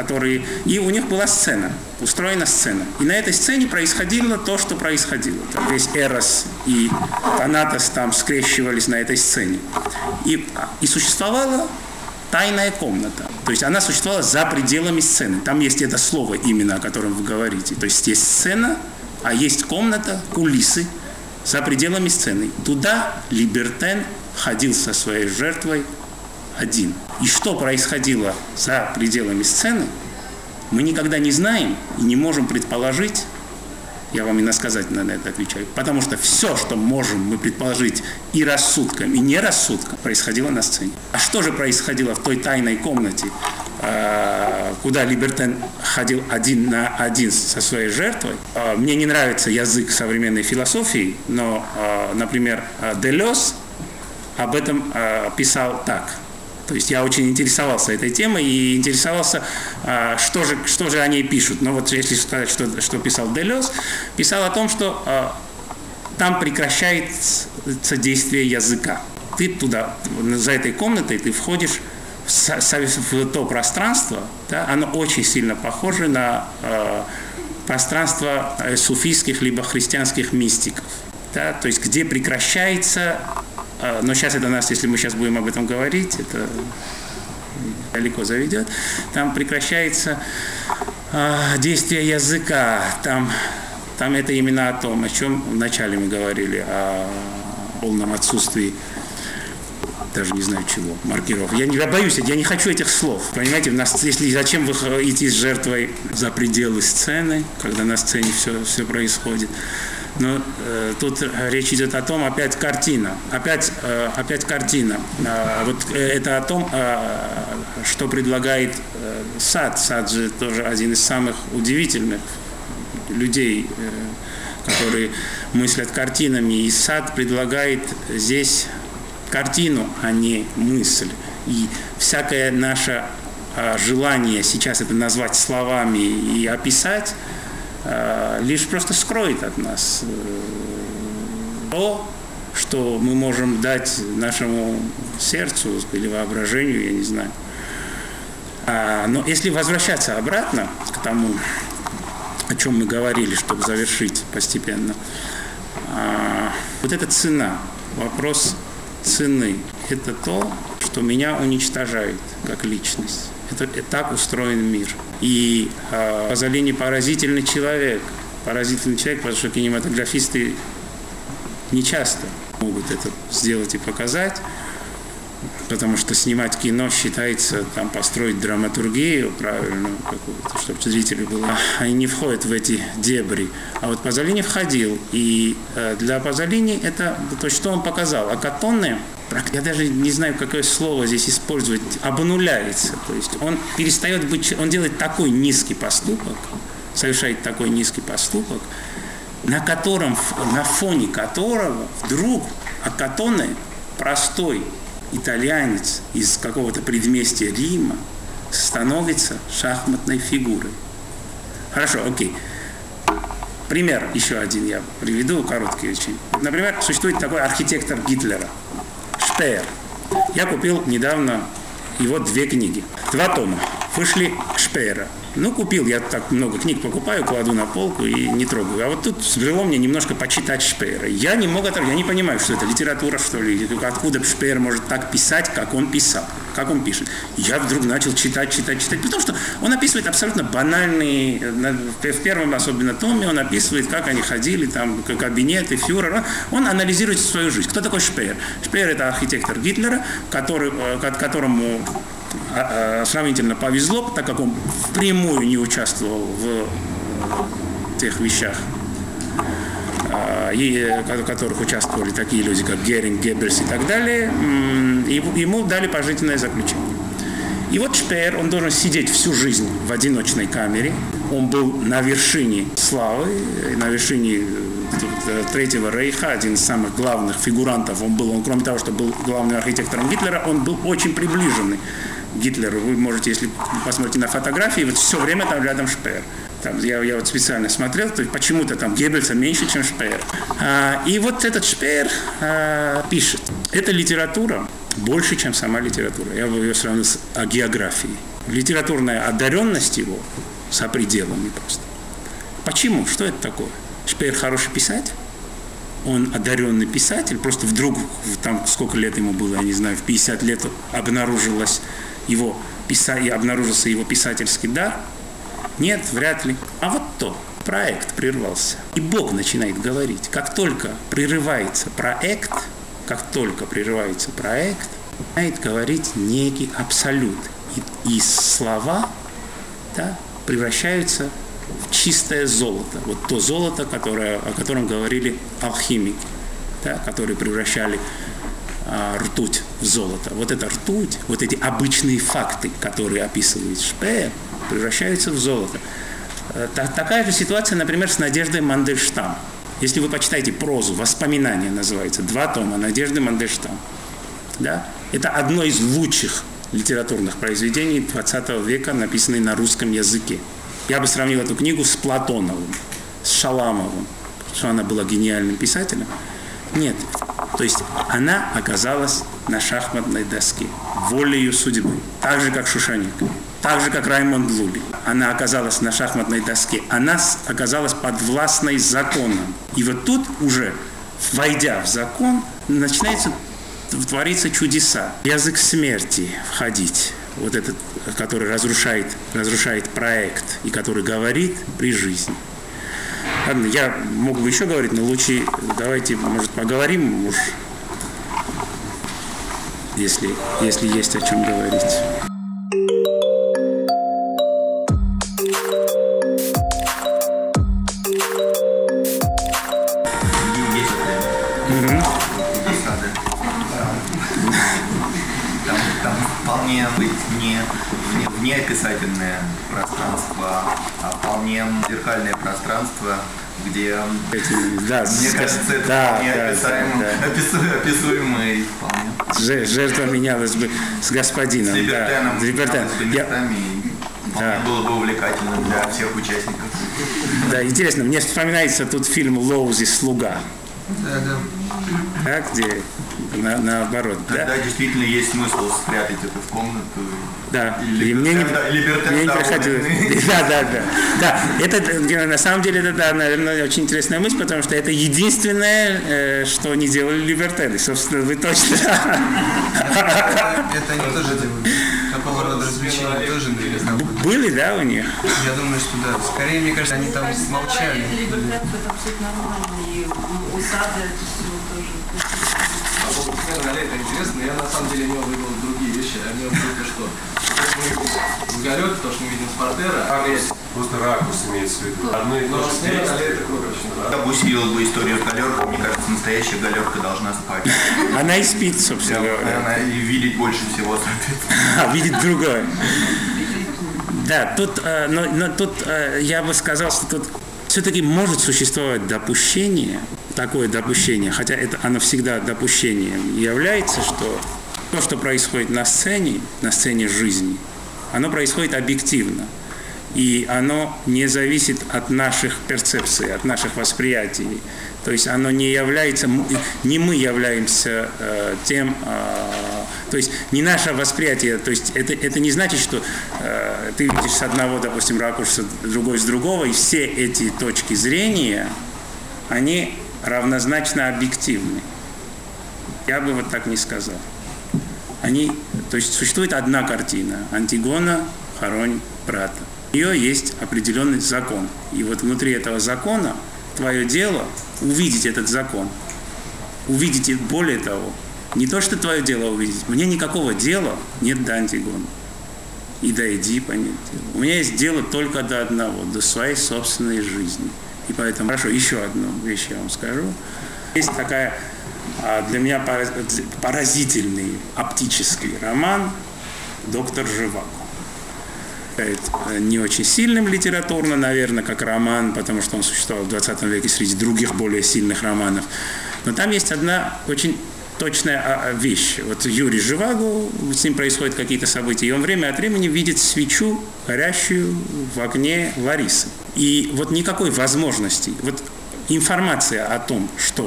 и у них была сцена, устроена сцена. И на этой сцене происходило то, что происходило. Там весь Эрос и Танатос там скрещивались на этой сцене. И существовала тайная комната. То есть она существовала за пределами сцены. Там есть это слово именно, о котором вы говорите. То есть есть сцена, а есть комната, кулисы, за пределами сцены. Туда либертен ходил со своей жертвой один. И что происходило за пределами сцены, мы никогда не знаем и не можем предположить. Я вам иносказательно на это отвечаю. Потому что все, что можем мы предположить и рассудком, и нерассудком, происходило на сцене. А что же происходило в той тайной комнате, куда либертен ходил один на один со своей жертвой? Мне не нравится язык современной философии, но, например, Делез об этом писал так. То есть я очень интересовался этой темой и интересовался, что же о ней пишут. Но вот если сказать, что писал Делез, писал о том, что там прекращается действие языка. Ты туда, за этой комнатой, ты входишь в то пространство, да, оно очень сильно похоже на пространство суфийских либо христианских мистиков. Да, то есть где прекращается... Но сейчас это нас, если мы сейчас будем об этом говорить, это далеко заведет. Там прекращается действие языка. Там это именно о том, о чем вначале мы говорили, о полном отсутствии, даже не знаю чего, маркировок. Я боюсь, я не хочу этих слов. Понимаете, зачем вы идти с жертвой за пределы сцены, когда на сцене все происходит. Но тут речь идет о том, опять картина. Опять картина. Вот это о том, что предлагает Сад. Сад же тоже один из самых удивительных людей, которые мыслят картинами. И Сад предлагает здесь картину, а не мысль. И всякое наше желание сейчас это назвать словами и описать, лишь просто скроет от нас то, что мы можем дать нашему сердцу или воображению, я не знаю. Но если возвращаться обратно к тому, о чем мы говорили, чтобы завершить постепенно, вот эта цена, вопрос цены, это то, что меня уничтожает как личность. Это так устроен мир. И Пазолини поразительный человек. Поразительный человек, потому что кинематографисты не часто могут это сделать и показать. Потому что снимать кино считается там, построить драматургию правильную какую-то, чтобы зрителю было. Они не входят в эти дебри. А вот Пазолини входил. И для Пазолини это то, что он показал. А Каттоне, я даже не знаю, какое слово здесь использовать, обнуляется. То есть он перестает быть, он делает такой низкий поступок, совершает такой низкий поступок, на фоне которого вдруг Каттоне, простой итальянец из какого-то предместья Рима, становится шахматной фигурой. Хорошо, окей. Пример еще один я приведу, короткий очень. Например, существует такой архитектор Гитлера, Шпеер. Я купил недавно его 2 книги. 2 тома. Вышли Шпеера. Купил, я так много книг покупаю, кладу на полку и не трогаю. А вот тут взбрело мне немножко почитать Шпеера. Я не мог оторвать, я не понимаю, что это литература, что ли, откуда Шпеер может так писать, как он писал, как он пишет. Я вдруг начал читать, потому что он описывает абсолютно банальные, в первом особенно томе он описывает, как они ходили, там, кабинеты, фюрера. Он анализирует свою жизнь. Кто такой Шпеер? Шпеер – это архитектор Гитлера, которому сравнительно повезло, так как он впрямую не участвовал в тех вещах, в которых участвовали такие люди, как Геринг, Геббельс и так далее. Ему дали пожизненное заключение. И вот Шпеер, он должен сидеть всю жизнь в одиночной камере. Он был на вершине славы, на вершине Третьего Рейха, один из самых главных фигурантов. Он, кроме того, что был главным архитектором Гитлера, он был очень приближенный к Гитлеру. Вы можете, если посмотрите на фотографии, вот все время там рядом Шпеер. Там, я вот специально смотрел, то есть почему-то там Геббельса меньше, чем Шпеер. И вот этот Шпеер пишет. Эта литература больше, чем сама литература. Я бы ее сравнил с географией. Литературная одаренность его сопределом просто. Почему? Что это такое? Шпеер хороший писатель? Он одаренный писатель? Просто вдруг, там сколько лет ему было, я не знаю, в 50 лет обнаружился его писательский дар? Нет, вряд ли. А вот то, проект прервался. И Бог начинает говорить. Как только прерывается проект, начинает говорить некий абсолют. И слова превращаются в чистое золото. Вот то золото, о котором говорили алхимики, которые превращали ртуть в золото. Вот эта ртуть, вот эти обычные факты, которые описывает Шпеер, превращаются в золото. Такая же ситуация, например, с Надеждой Мандельштам. Если вы почитаете прозу, «Воспоминания» называется, 2 тома Надежды Мандельштам. Да? Это одно из лучших литературных произведений 20 века, написанное на русском языке. Я бы сравнил эту книгу с Платоновым, с Шаламовым, что она была гениальным писателем. Нет. То есть она оказалась на шахматной доске, волею судьбы, так же, как Шушенко, так же, как Раймонд Лули. Она оказалась на шахматной доске, она оказалась подвластной законам. И вот тут уже, войдя в закон, начинается твориться чудеса. Язык смерти входить, вот этот, который разрушает проект и который говорит при жизни. Ладно, я мог бы еще говорить, но лучше давайте, может, поговорим уж, если есть о чем говорить. Там вполне быть не описательное пространство, а вполне зеркальное пространство, где, мне кажется, это описуемо и вполне. Жертва менялась бы с господином. С либертеном. Вполне было бы увлекательно для всех участников. Да, интересно, мне вспоминается тут фильм «Лоузи. Слуга». Да, где наоборот. Да, действительно есть смысл спрятать это в комнату. Да, и мне не приходилось. Да. Это на самом деле это, наверное, очень интересная мысль, потому что это единственное, что не делали либертены. Собственно, вы точно. Это они тоже делали. такого рода развлечения тоже наверняка были. Были, да, у них? Я думаю, что да. Скорее, мне кажется, они там молчали. Либо это абсолютно нормально, и усады это все тоже. А вот смены ролей это интересно, но я на самом деле имел в виду другие вещи. Я имел в виду, что с галерки, то, что мы видим с портера, просто ракурс имеется в виду. Одно и то же смена ролей это круто. Я бы усилил бы историю с галеркой. Мне кажется, настоящая галерка должна спать. Она и спит, собственно говоря. Она и видеть больше всего, соответственно. Видеть другое. Да, тут, но тут я бы сказал, что тут все-таки может существовать допущение, такое допущение, хотя оно всегда допущением является, что то, что происходит на сцене жизни, оно происходит объективно. И оно не зависит от наших перцепций, от наших восприятий. То есть оно не является, не мы являемся тем, то есть не наше восприятие, то есть это не значит, что ты видишь с одного, допустим, ракурса, другой с другого, и все эти точки зрения, они равнозначно объективны. Я бы вот так не сказал. То есть существует одна картина. Антигона хоронит брата. У нее есть определенный закон. И вот внутри этого закона твое дело увидеть этот закон. Увидеть, и более того, не то, что твое дело увидеть. Мне никакого дела нет до Антигоны. И до Эдипа нет дела. У меня есть дело только до одного, до своей собственной жизни. И поэтому, хорошо, еще одну вещь я вам скажу. Есть такая для меня поразительный оптический роман «Доктор Живаго». Не очень сильным литературно, наверное, как роман, потому что он существовал в 20 веке среди других более сильных романов. Но там есть одна очень точная вещь. Вот Юрий Живаго, с ним происходят какие-то события, и он время от времени видит свечу, горящую в окне Ларисы. И вот никакой возможности, вот информация о том, что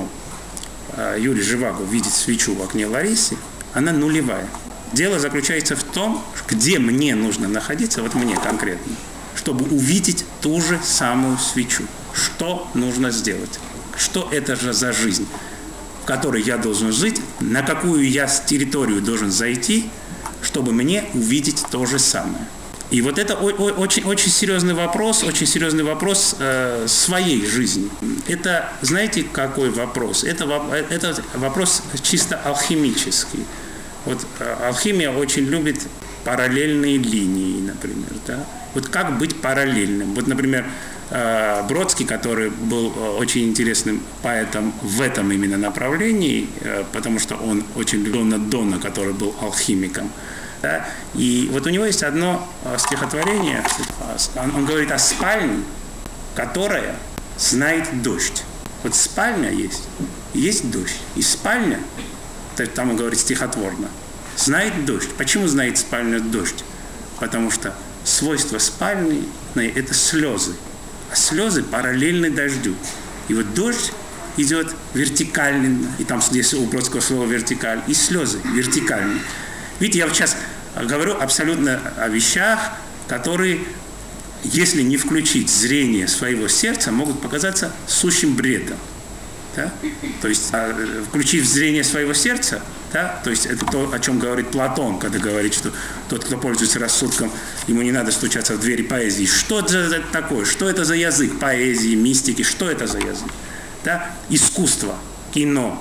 Юрий Живаго видит свечу в окне Ларисы, она нулевая. Дело заключается в том, где мне нужно находиться, вот мне конкретно, чтобы увидеть ту же самую свечу. Что нужно сделать? Что это же за жизнь, в которой я должен жить, на какую я территорию должен зайти, чтобы мне увидеть то же самое. И вот это очень серьезный вопрос своей жизни. Это, знаете, какой вопрос? Это вопрос чисто алхимический. Вот алхимия очень любит параллельные линии, например. Да? Вот как быть параллельным? Вот, например, Бродский, который был очень интересным поэтом в этом именно направлении, потому что он очень любил Дона, который был алхимиком. Да? И вот у него есть одно стихотворение, он говорит о спальне, которая знает дождь. Вот спальня есть дождь. И спальня, там он говорит стихотворно, знает дождь. Почему знает спальня дождь? Потому что свойство спальни – это слезы. А слезы параллельны дождю. И вот дождь идет вертикально, и там здесь у Бродского слова вертикаль, и слезы вертикальные. Видите, я вот сейчас говорю абсолютно о вещах, которые, если не включить зрение своего сердца, могут показаться сущим бредом. Да? То есть, включив зрение своего сердца, да? То есть это то, о чем говорит Платон, когда говорит, что тот, кто пользуется рассудком, ему не надо стучаться в двери поэзии. Что это такое? Что это за язык поэзии, мистики? Что это за язык? Да? Искусство, кино,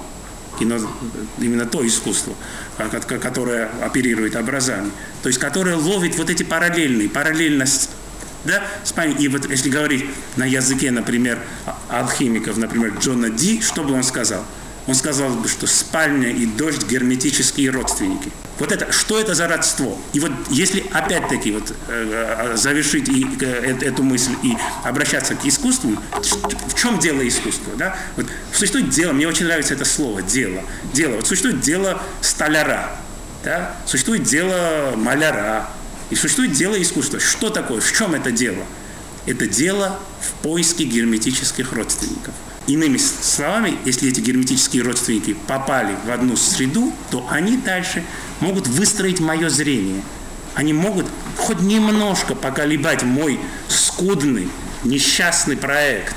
именно то искусство, которое оперирует образами, то есть которое ловит вот эти параллельность, да, и вот если говорить на языке, например, алхимиков, например, Джона Ди, что бы он сказал? Он сказал бы, что спальня и дождь герметические родственники. Вот это, что это за родство? И вот если опять-таки вот, завершить эту мысль и обращаться к искусству, в чем дело искусства? Да? Вот существует дело, мне очень нравится это слово, дело. Вот существует дело столяра, да? Существует дело маляра, и существует дело искусства. Что такое? В чем это дело? Это дело в поиске герметических родственников. Иными словами, если эти герметические родственники попали в одну среду, то они дальше могут выстроить мое зрение. Они могут хоть немножко поколебать мой скудный, несчастный проект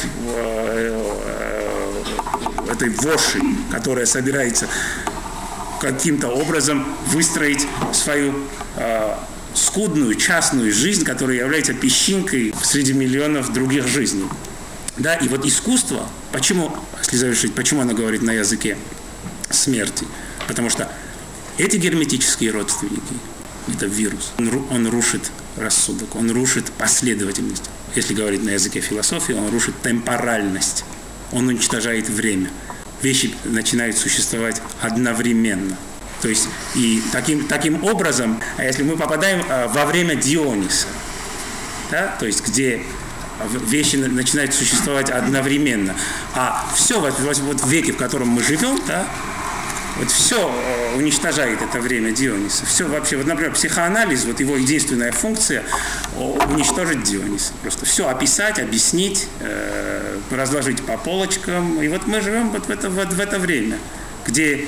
этой воши, которая собирается каким-то образом выстроить свою скудную частную жизнь, которая является песчинкой среди миллионов других жизней. Да, и вот искусство, почему, если завершить, почему оно говорит на языке смерти? Потому что эти герметические родственники, это вирус, он рушит рассудок, он рушит последовательность. Если говорить на языке философии, он рушит темпоральность, он уничтожает время. Вещи начинают существовать одновременно. То есть и таким образом, если мы попадаем во время Диониса, да, то есть где вещи начинают существовать одновременно, а все вот в веке, в котором мы живем, да, вот все уничтожает это время Диониса. Все вообще, вот, например, психоанализ, вот его единственная функция уничтожить Диониса. Просто все описать, объяснить, разложить по полочкам. И вот мы живем вот в это время, где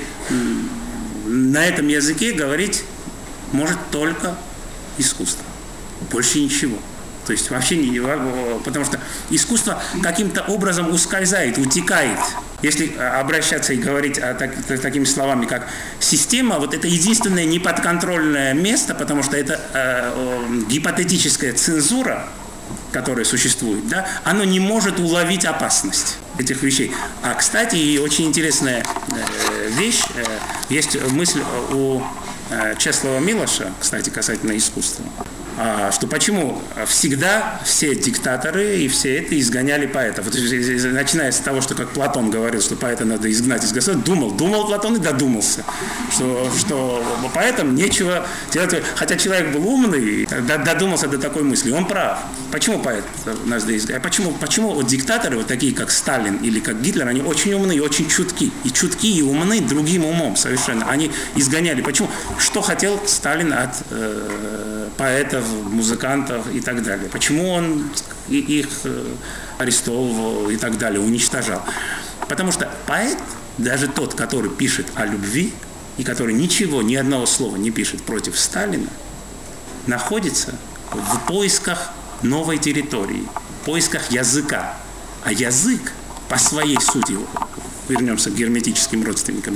на этом языке говорить может только искусство. Больше ничего. То есть вообще не, потому что искусство каким-то образом ускользает, утекает. Если обращаться и говорить такими словами, как система, вот это единственное неподконтрольное место, потому что это гипотетическая цензура, которая существует, да, оно не может уловить опасность этих вещей. А, кстати, и очень интересная вещь, есть мысль у Чеслава Милоша, кстати, касательно искусства, что почему всегда все диктаторы и все это изгоняли поэтов. Вот, начиная с того, что как Платон говорил, что поэта надо изгнать из государства, думал Платон и додумался, что поэтам нечего делать. Хотя человек был умный, додумался до такой мысли. Он прав. Почему поэт надо изгнать? Почему вот диктаторы, вот такие как Сталин или как Гитлер, они очень умны и очень чутки. И чутки, и умны другим умом совершенно. Они изгоняли. Почему? Что хотел Сталин от поэтов, музыкантов и так далее. Почему он их арестовывал и так далее, уничтожал? Потому что поэт, даже тот, который пишет о любви и который ничего, ни одного слова не пишет против Сталина, находится в поисках новой территории, в поисках языка. А язык по своей сути, вернемся к герметическим родственникам,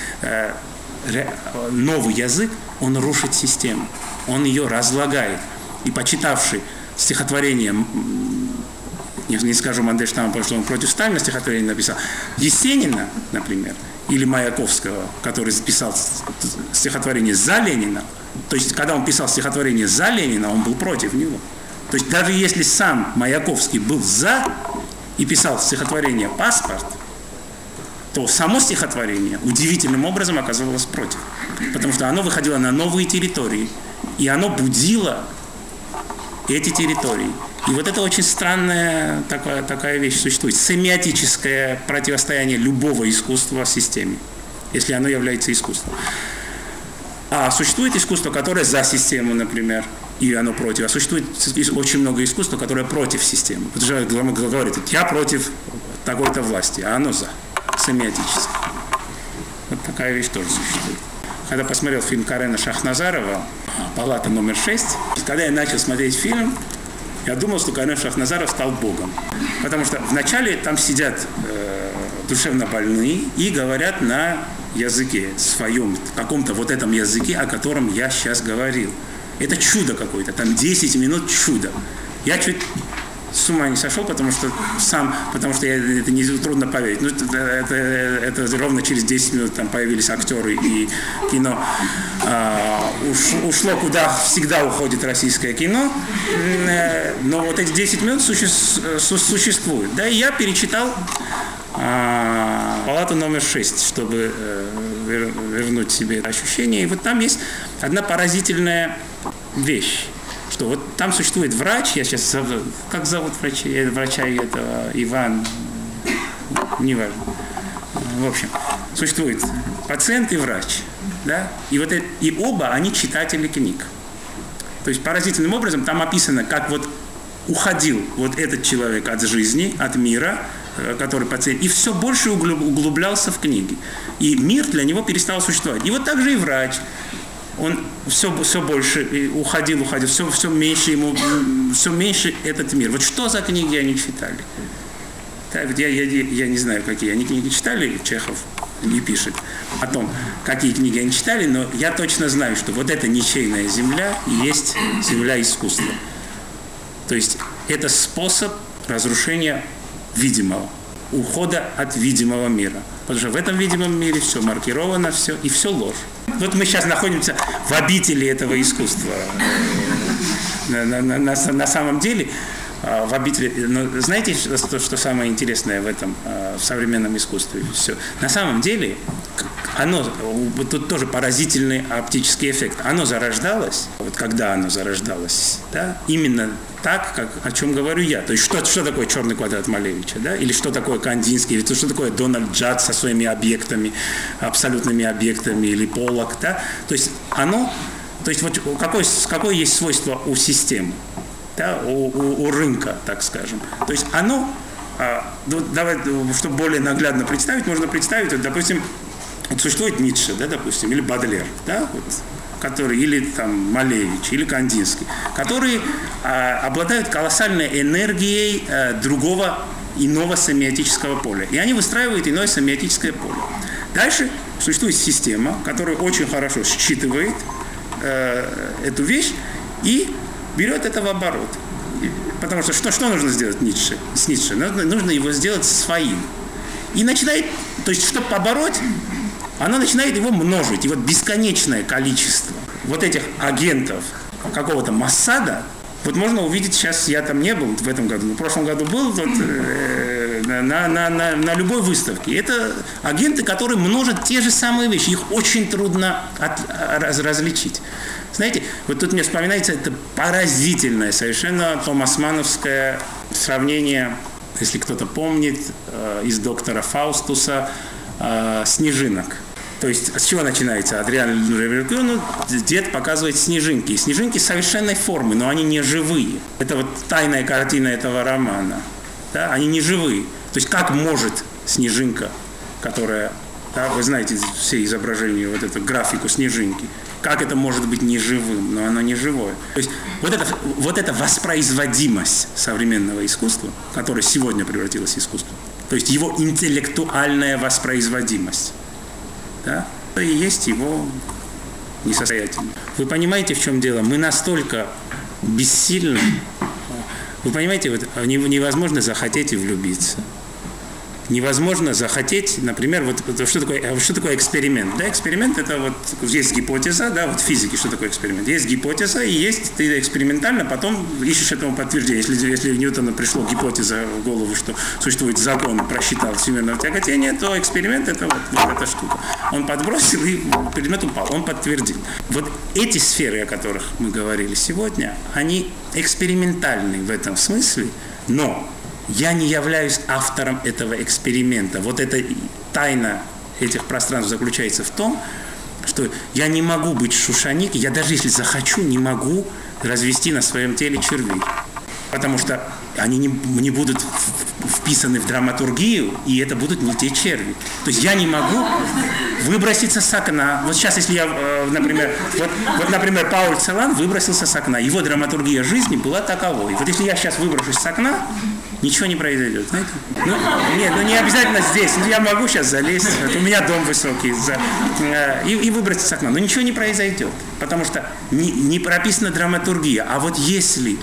новый язык, он рушит систему, он ее разлагает. И почитавший стихотворение, не скажу Мандельштама, потому что он против Сталина стихотворение написал, Есенина, например, или Маяковского, который писал стихотворение за Ленина, то есть когда он писал стихотворение за Ленина, он был против него. То есть даже если сам Маяковский был за и писал стихотворение «Паспорт», то само стихотворение удивительным образом оказывалось против. Потому что оно выходило на новые территории, и оно будило эти территории. И вот это очень странная такая вещь существует. Семиотическое противостояние любого искусства системе, если оно является искусством. А существует искусство, которое за систему, например, и оно против. А существует очень много искусства, которое против системы. Потому что говорит, я против такой-то власти, а оно за. Семиотически. Вот такая вещь тоже существует. Когда посмотрел фильм Карена Шахназарова «Палата номер 6», когда я начал смотреть фильм, я думал, что Карен Шахназаров стал богом. Потому что вначале там сидят душевно больные и говорят на языке своем, каком-то вот этом языке, о котором я сейчас говорил. Это чудо какое-то, там 10 минут чудо. Я чуть с ума не сошел, потому что это не трудно поверить. Ну, это ровно через 10 минут там появились актеры, и кино ушло, куда всегда уходит российское кино. Но вот эти 10 минут существуют. Да, и я перечитал «Палату номер 6», чтобы вернуть себе это ощущение. И вот там есть одна поразительная вещь. Что вот там существует врач, я сейчас забыл, как зовут врача этого, Иван, неважно. В общем, существует пациент и врач, да, и оба они читатели книг. То есть поразительным образом там описано, как вот уходил вот этот человек от жизни, от мира, который пациент, и все больше углублялся в книги. И мир для него перестал существовать. И вот так же и врач. Он все больше уходил, все меньше этот мир. Вот что за книги они читали? Да, вот я не знаю, какие они книги читали, Чехов, не пишет о том, какие книги они читали, но я точно знаю, что вот эта ничейная земля и есть земля искусства. То есть это способ разрушения видимого, ухода от видимого мира. Потому что в этом видимом мире все маркировано, все, и все ложь. Вот мы сейчас находимся в обители этого искусства. На самом деле, в обители... Но знаете, что самое интересное в этом, в современном искусстве? Все. На самом деле, тут тоже поразительный оптический эффект. Оно зарождалось, вот когда оно зарождалось, да, именно так, о чем говорю я. То есть что такое черный квадрат Малевича, да? Или что такое Кандинский, или что такое Дональд Джад со своими объектами, абсолютными объектами, или Поллок, да? То есть вот какое есть свойство у системы, да? у рынка, так скажем. То есть давай, чтобы более наглядно представить, можно представить, вот, допустим, вот существует Ницше, да, допустим, или Бадлер, да, вот, или там Малевич, или Кандинский, которые обладают колоссальной энергией другого, иного семиотического поля. И они выстраивают иное семиотическое поле. Дальше существует система, которая очень хорошо считывает эту вещь и берет это в оборот. Потому что что нужно сделать с Ницше? Нужно его сделать своим. И начинает, то есть, чтобы побороть, она начинает его множить. И вот бесконечное количество вот этих агентов какого-то Моссада, вот можно увидеть сейчас, я там не был в этом году, но в прошлом году был вот, на любой выставке. Это агенты, которые множат те же самые вещи. Их очень трудно различить. Знаете, вот тут мне вспоминается это поразительное совершенно томасмановское сравнение, если кто-то помнит, из доктора Фаустуса снежинок. То есть с чего начинается? От реального дед показывает снежинки. И снежинки совершенной формы, но они не живые. Это вот тайная картина этого романа. Да? Они не живые. То есть как может снежинка, которая, да, вы знаете все изображения, вот эту графику снежинки, как это может быть неживым, но оно не живое. То есть вот эта воспроизводимость современного искусства, которое сегодня превратилось в искусство, то есть его интеллектуальная воспроизводимость, да, это и есть его несостоятельность. Вы понимаете, в чем дело? Мы настолько бессильны. Вы понимаете, вот невозможно захотеть и влюбиться. Невозможно захотеть, например, вот что такое эксперимент? Да, эксперимент это вот есть гипотеза, да, вот в физике что такое эксперимент? Есть гипотеза, и есть ты экспериментально потом ищешь этому подтверждение. Если Ньютону пришло гипотеза в голову, что существует закон, просчитал всемирного тяготения, то эксперимент это вот эта штука. Он подбросил, и предмет упал, он подтвердил. Вот эти сферы, о которых мы говорили сегодня, они экспериментальны в этом смысле, но я не являюсь автором этого эксперимента. Вот эта тайна этих пространств заключается в том, что я не могу быть шушаник, я даже если захочу, не могу развести на своем теле червей. Потому что они не будут вписаны в драматургию, и это будут не те черви. То есть я не могу выброситься с окна. Вот сейчас, если я, например, например, Пауль Целан выбросился с окна, его драматургия жизни была таковой. Вот если я сейчас выброшусь с окна, ничего не произойдет, знаете? Не обязательно здесь. Я могу сейчас залезть, у меня дом высокий, и выброситься с окна. Но ничего не произойдет, потому что не прописана драматургия. А вот если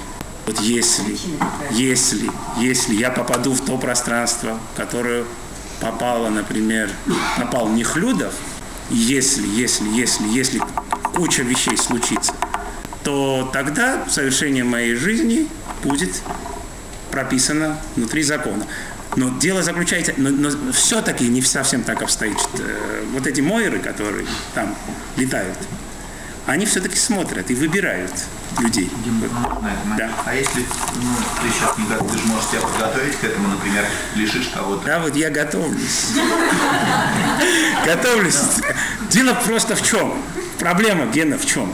я попаду в то пространство, в которое попал Нехлюдов, если куча вещей случится, то тогда совершение моей жизни будет прописано внутри закона. Но дело заключается, но все-таки не совсем так обстоит. Вот эти мойры, которые там летают, они все-таки смотрят и выбирают людей. Да. А если ты сейчас не готов, ты же можешь себя подготовить к этому, например, лишишь кого-то? Да, вот я готовлюсь. Готовлюсь. Дело просто в чем? Проблема, Гена, в чем?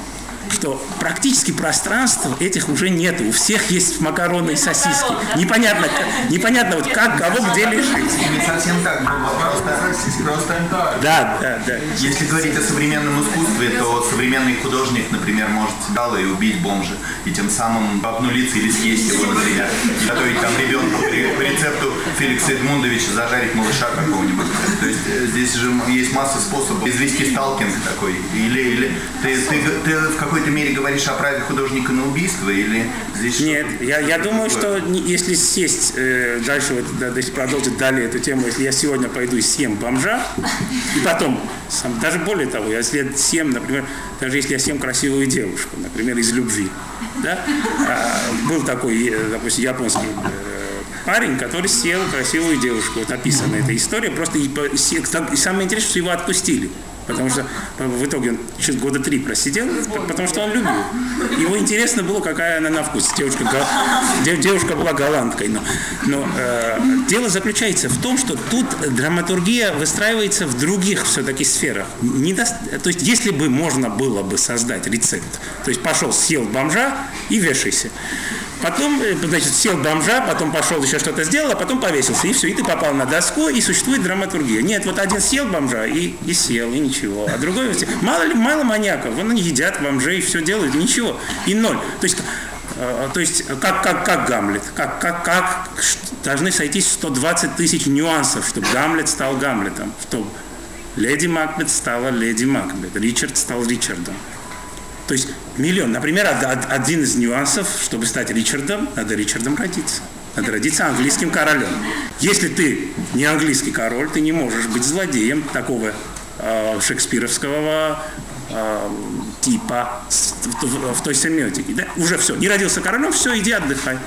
что практически пространства этих уже нету. У всех есть макароны и сосиски. Непонятно вот как, кого где лежить. Не совсем так, просто Да. Если говорить о современном искусстве, то современный художник, например, может взять и убить бомжа, и тем самым обнулиться или съесть его, например. Готовить там ребенку по рецепту Феликса Эдмундовича зажарить малыша какого-нибудь. То есть здесь же есть масса способов извести сталкинг такой. Или ты в какой-то мере говоришь о праве художника на убийство, или здесь... Нет, я думаю, что если сесть дальше, если продолжить далее эту тему, если я сегодня пойду и съем бомжа, и потом, даже более того, если я съем, например, даже если я съем красивую девушку, например, из любви, да? Был такой, допустим, японский парень, который съел красивую девушку. Вот описана эта история. Просто и самое интересное, что его отпустили. Потому что в итоге он еще года 3 просидел, потому что он любил. Его интересно было, какая она на вкус. Девушка была голландкой. Но дело заключается в том, что тут драматургия выстраивается в других все-таки сферах. То есть если бы можно было бы создать рецепт, то есть пошел, съел бомжа и вешайся. Потом, значит, сел бомжа, потом пошел еще что-то сделал, а потом повесился. И все, и ты попал на доску, и существует драматургия. Нет, вот один съел бомжа и сел, и ничего. А другой, мало маньяков, вон они едят бомжей, все делают, ничего. И ноль. То есть как Гамлет. Как должны сойтись 120 тысяч нюансов, чтобы Гамлет стал Гамлетом. Чтобы леди Макбет стала леди Макбет. Ричард стал Ричардом. То есть миллион. Например, один из нюансов, чтобы стать Ричардом, надо Ричардом родиться. Надо родиться английским королем. Если ты не английский король, ты не можешь быть злодеем такого шекспировского типа в той семиотике. Да? Уже все. Не родился королем, все, иди отдыхай.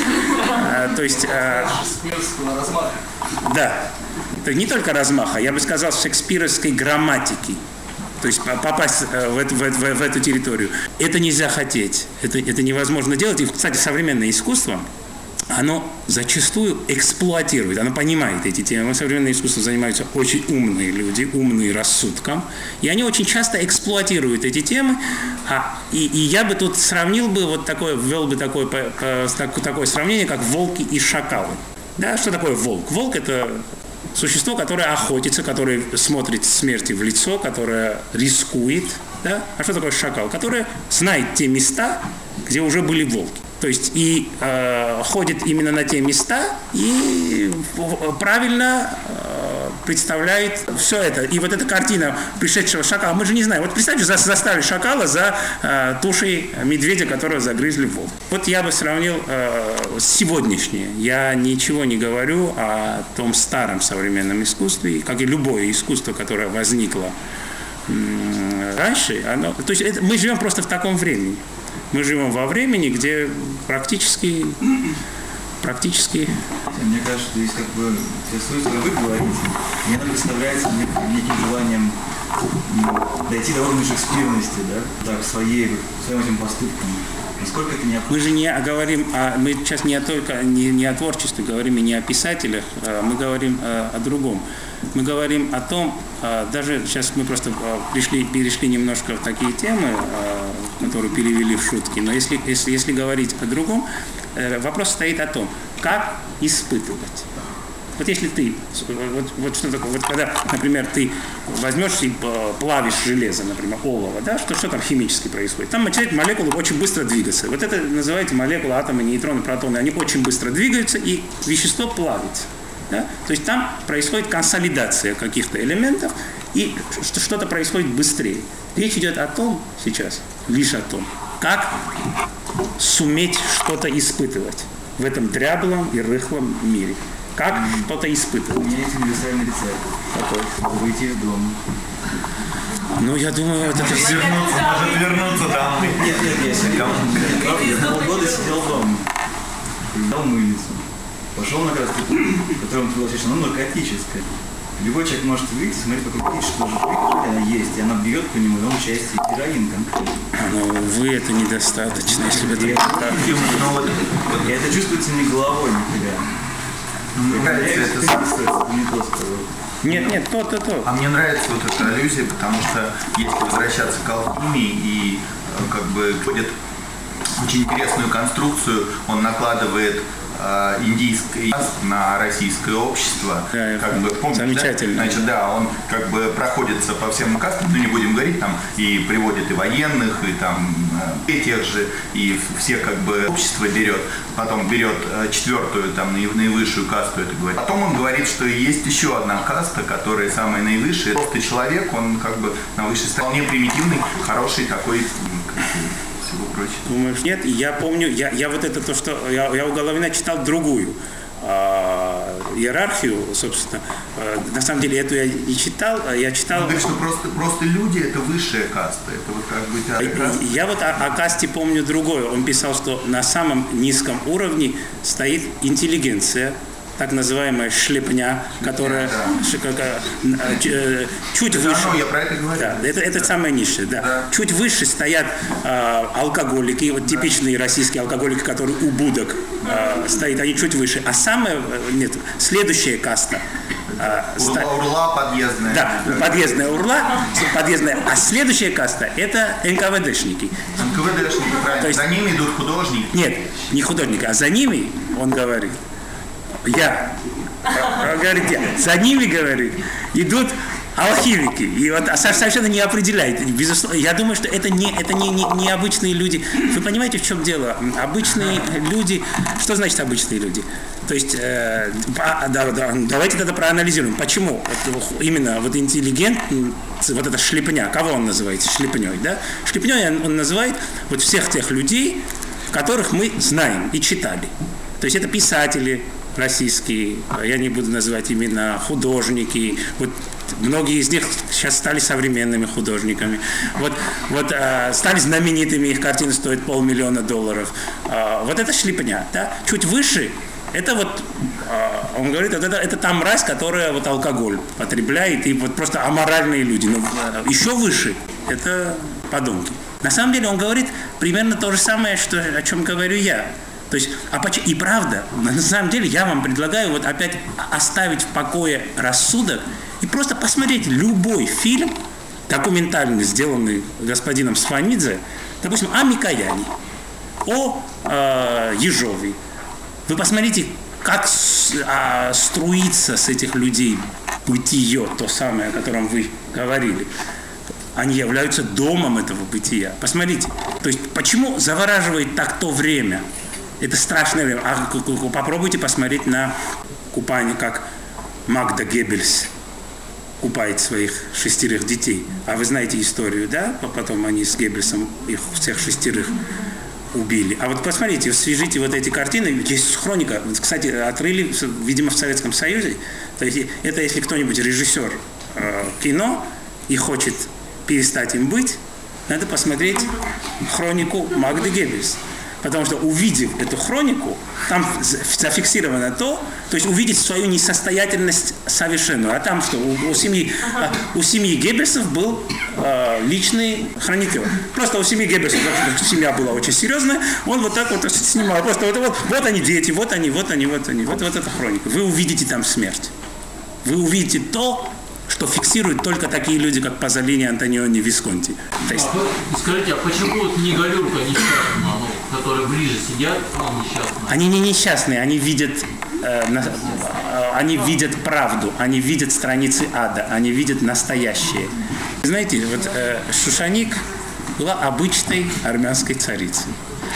То есть... Шекспировского размаха. Да. Это не только размаха, я бы сказал, шекспировской грамматики. То есть попасть в эту территорию. Это нельзя хотеть. Это невозможно делать. И, кстати, современное искусство, оно зачастую эксплуатирует, оно понимает эти темы. Современное искусство занимаются очень умные люди, умные рассудком. И они очень часто эксплуатируют эти темы. И я бы тут сравнил бы, ввел бы такое сравнение, как волки и шакалы. Да, что такое волк? Волк – это существо, которое охотится, которое смотрит смерти в лицо, которое рискует. Да? А что такое шакал? Которое знает те места, где уже были волки. То есть и ходит именно на те места и правильно представляет все это. И вот эта картина пришедшего шакала, мы же не знаем. Вот представьте, заставили шакала за тушей медведя, которого загрызли волк. Вот я бы сравнил с сегодняшнее. Я ничего не говорю о том старом современном искусстве, как и любое искусство, которое возникло раньше. То есть мы живем просто в таком времени. Мы живем во времени, где практически... Мне кажется, что здесь как бы все слышно, вы говорите, мне представляется неким желанием дойти до уровня шекспировности, да, так, своим этим поступкам. Насколько это необходимо? Мы же не говорим, мы сейчас не о творчестве говорим и не о писателях, мы говорим о другом. Мы говорим о том, даже сейчас мы просто перешли немножко в такие темы, которые перевели в шутки, но если говорить о другом, вопрос стоит о том, как испытывать. Вот если ты, вот что такое, вот когда, например, ты возьмешь и плавишь железо, например, олово, да, что там химически происходит? Там начинают молекулы очень быстро двигаться. Вот это называется молекулы, атомы, нейтроны, протоны. Они очень быстро двигаются, и вещество плавится. Да? То есть там происходит консолидация каких-то элементов, и что-то происходит быстрее. Речь идет о том сейчас, лишь о том, как суметь что-то испытывать в этом дряблом и рыхлом мире. Как что-то испытывать. У меня есть универсальный рецепт. Какой? Выйти из дома. Ну, я думаю, вот это... Может вернуться домой. Нет, я полгода сидел дома. Дал мыльницу. Пошел на красный путь, которым было очень наркотическое. Любой человек может выйти, смотреть вокруг, видеть, что же она есть, и она бьет по нему, и он части героин конкретно. Но, увы, это недостаточно, если бы это так. И это чувствуется не головой никогда. Мне нравится это. Нет, то. А мне нравится вот эта аллюзия, потому что если возвращаться к алхимии и как бы вводит очень интересную конструкцию, он накладывает индийский на российское общество. Да, как бы, помните, замечательно. Да? Значит, да, он как бы проходится по всем кастам, ну не будем говорить, там и приводит и военных, и там и тех же, и все как бы общество берет, потом берет четвертую, там наивысшую касту, это говорит. Потом он говорит, что есть еще одна каста, которая самая наивысшая. Просто человек, он как бы на высшей стороне, вполне примитивный, хороший такой, Думаешь, нет? Я помню, я вот это то, что я у Головина читал другую иерархию, собственно. На самом деле эту я не читал, я читал. Он говорит, что просто люди это высшая каста, это вот как бы. Я вот о касте помню другое. Он писал, что на самом низком уровне стоит интеллигенция, так называемая шлепня, которая чуть выше. Я про это говорю. Да, это самое низшее. Да. Да. Чуть выше стоят алкоголики, вот типичные российские алкоголики, которые у будок стоят, они чуть выше. А следующая каста. Урла подъездная. Да, подъездная урла, подъездная. А следующая каста – это НКВДшники. НКВДшники, правильно. То есть, за ними идут художники. Нет, не художники, а за ними, он говорит, за ними, говорит, идут алхимики. И вот совершенно не определяет. Безусловно, я думаю, что это не обычные люди. Вы понимаете, в чем дело? Обычные люди. Что значит обычные люди? То есть, давайте тогда проанализируем. Почему именно вот интеллигент, вот эта шлепня, кого он называет шлепней, да? Шлепней он называет вот всех тех людей, которых мы знаем и читали. То есть это писатели российские, я не буду называть именно художники, вот многие из них сейчас стали современными художниками, вот стали знаменитыми, их картины стоят $500 000. Вот это шлепня, да? Чуть выше, это вот, он говорит, это та мразь, которая вот алкоголь потребляет, и вот просто аморальные люди. Но еще выше, это подонки. На самом деле он говорит примерно то же самое, о чем говорю я. То есть, и правда, на самом деле я вам предлагаю вот опять оставить в покое рассудок и просто посмотреть любой фильм, документальный, сделанный господином Сванидзе, допустим, о Микояне, о Ежове. Вы посмотрите, как струится с этих людей бытие, то самое, о котором вы говорили. Они являются домом этого бытия. Посмотрите. То есть, почему завораживает так то время? Это страшное время. Попробуйте посмотреть на купание, как Магда Геббельс купает своих 6 детей. А вы знаете историю, да? Потом они с Геббельсом их всех 6 убили. А вот посмотрите, свяжите вот эти картины. Есть хроника. Кстати, отрыли, видимо, в Советском Союзе. То есть, это если кто-нибудь режиссер кино и хочет перестать им быть, надо посмотреть хронику Магды Геббельс. Потому что, увидев эту хронику, там зафиксировано то есть увидеть свою несостоятельность совершенную. А там что? У семьи Геббельсов был личный хроникер. Просто у семьи Геббельсов семья была очень серьезная, он вот так вот снимал. Просто вот они дети, вот они. Вот эта хроника. Вы увидите там смерть. Вы увидите то, что фиксируют только такие люди, как Пазолини, Антониони, Висконти. Есть... Скажите, а почему вот Книголюбка несчастная, которые ближе сидят, несчастные? Они не несчастные, они видят правду, они видят страницы ада, они видят настоящее. Знаете, вот Шушаник была обычной армянской царицей.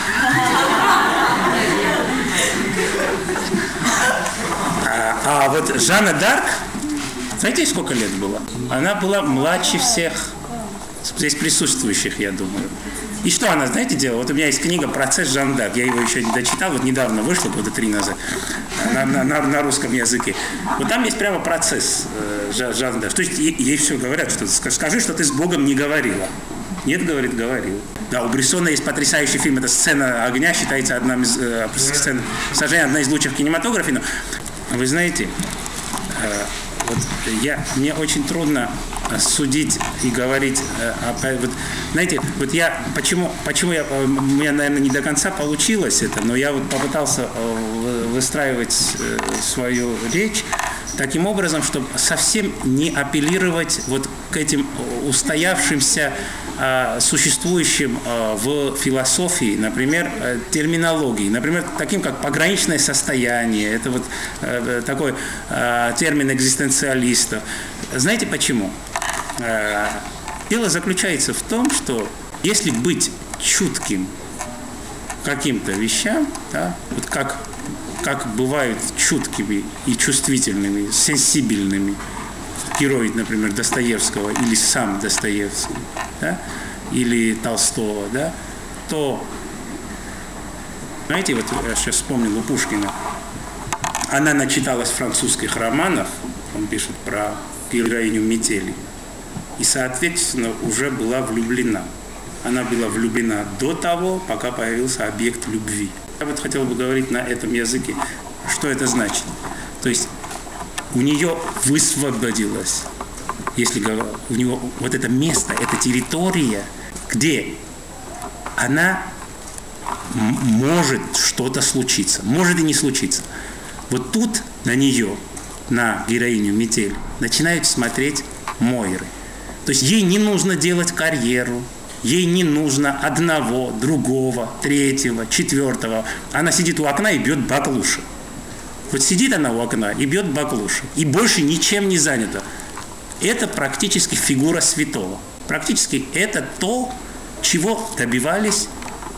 А вот Жанна д'Арк, знаете, сколько лет было? Она была младше всех здесь присутствующих, я думаю. И что она, знаете, делала? Вот у меня есть книга «Процесс Жанны д'Арк». Я его еще не дочитал, вот недавно вышло, года 3 назад, на русском языке. Вот там есть прямо процесс Жанны д'Арк. То есть ей все говорят, что скажи, что ты с Богом не говорила. Нет, говорит, говорил. Да, у Брессона есть потрясающий фильм, это «Сцена огня», считается одна из сцен сожжения, одна из лучших в кинематографе. Но вы знаете, вот мне очень трудно судить и говорить. Знаете, вот почему у меня, наверное, не до конца получилось это, но я вот попытался выстраивать свою речь таким образом, чтобы совсем не апеллировать вот к этим устоявшимся существующим в философии, например, терминологии, например, таким как пограничное состояние, это вот такой термин экзистенциалистов. Знаете почему? Дело заключается в том, что если быть чутким к каким-то вещам, да, вот как бывают чуткими и чувствительными, сенсибельными герои, например, Достоевского или сам Достоевский, да, или Толстого, да, то, знаете, вот я сейчас вспомнил у Пушкина, она начиталась французских романов, он пишет про героиню Метели, и, соответственно, уже была влюблена. Она была влюблена до того, пока появился объект любви. Я вот хотел бы говорить на этом языке, что это значит. То есть у нее высвободилось, если у него вот это место, эта территория, где она может что-то случиться, может и не случиться. Вот тут на нее, на героиню Метель, начинают смотреть Мойры. То есть ей не нужно делать карьеру, ей не нужно одного, другого, третьего, четвертого. Она сидит у окна и бьет баклуши. Вот сидит она у окна и бьет баклуши. И больше ничем не занята. Это практически фигура святого. Практически это то, чего добивались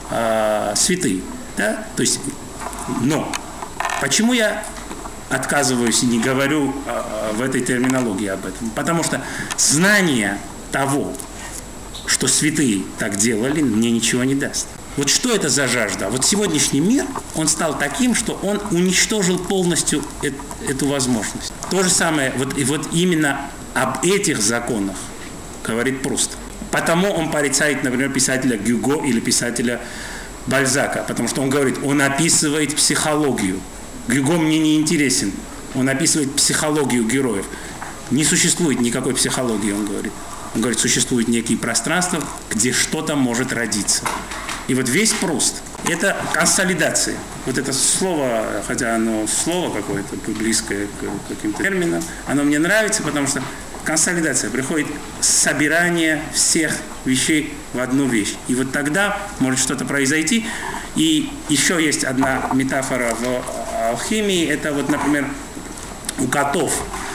святые. Да? То есть, но почему я отказываюсь и не говорю в этой терминологии об этом? Потому что знание того, что святые так делали, мне ничего не даст. Вот что это за жажда? Вот сегодняшний мир, он стал таким, что он уничтожил полностью эту возможность. То же самое, вот именно об этих законах говорит Пруст. Потому он порицает, например, писателя Гюго или писателя Бальзака, потому что он говорит, он описывает психологию. Гюго мне не интересен, он описывает психологию героев. Не существует никакой психологии, он говорит. Он говорит, существуют некие пространства, где что-то может родиться. И вот весь Пруст – это консолидация. Вот это слово, хотя оно слово какое-то близкое к каким-то терминам, оно мне нравится, потому что консолидация приходит собирание всех вещей в одну вещь. И вот тогда может что-то произойти. И еще есть одна метафора в алхимии. Это вот, например, у котов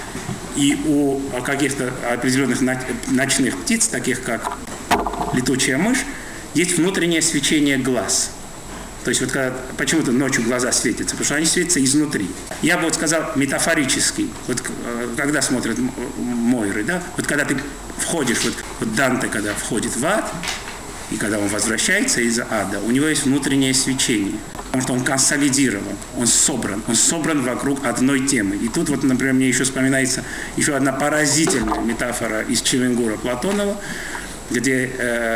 и у каких-то определенных ночных птиц, таких как летучая мышь, есть внутреннее свечение глаз. То есть вот когда почему-то ночью глаза светятся, потому что они светятся изнутри. Я бы вот сказал метафорически, вот когда смотрят Мойры, да, вот когда ты входишь, вот Данте, когда входит в ад, и когда он возвращается из ада, у него есть внутреннее свечение, потому что он консолидирован, он собран вокруг одной темы. И тут вот, например, мне еще вспоминается еще одна поразительная метафора из Чевенгура Платонова, где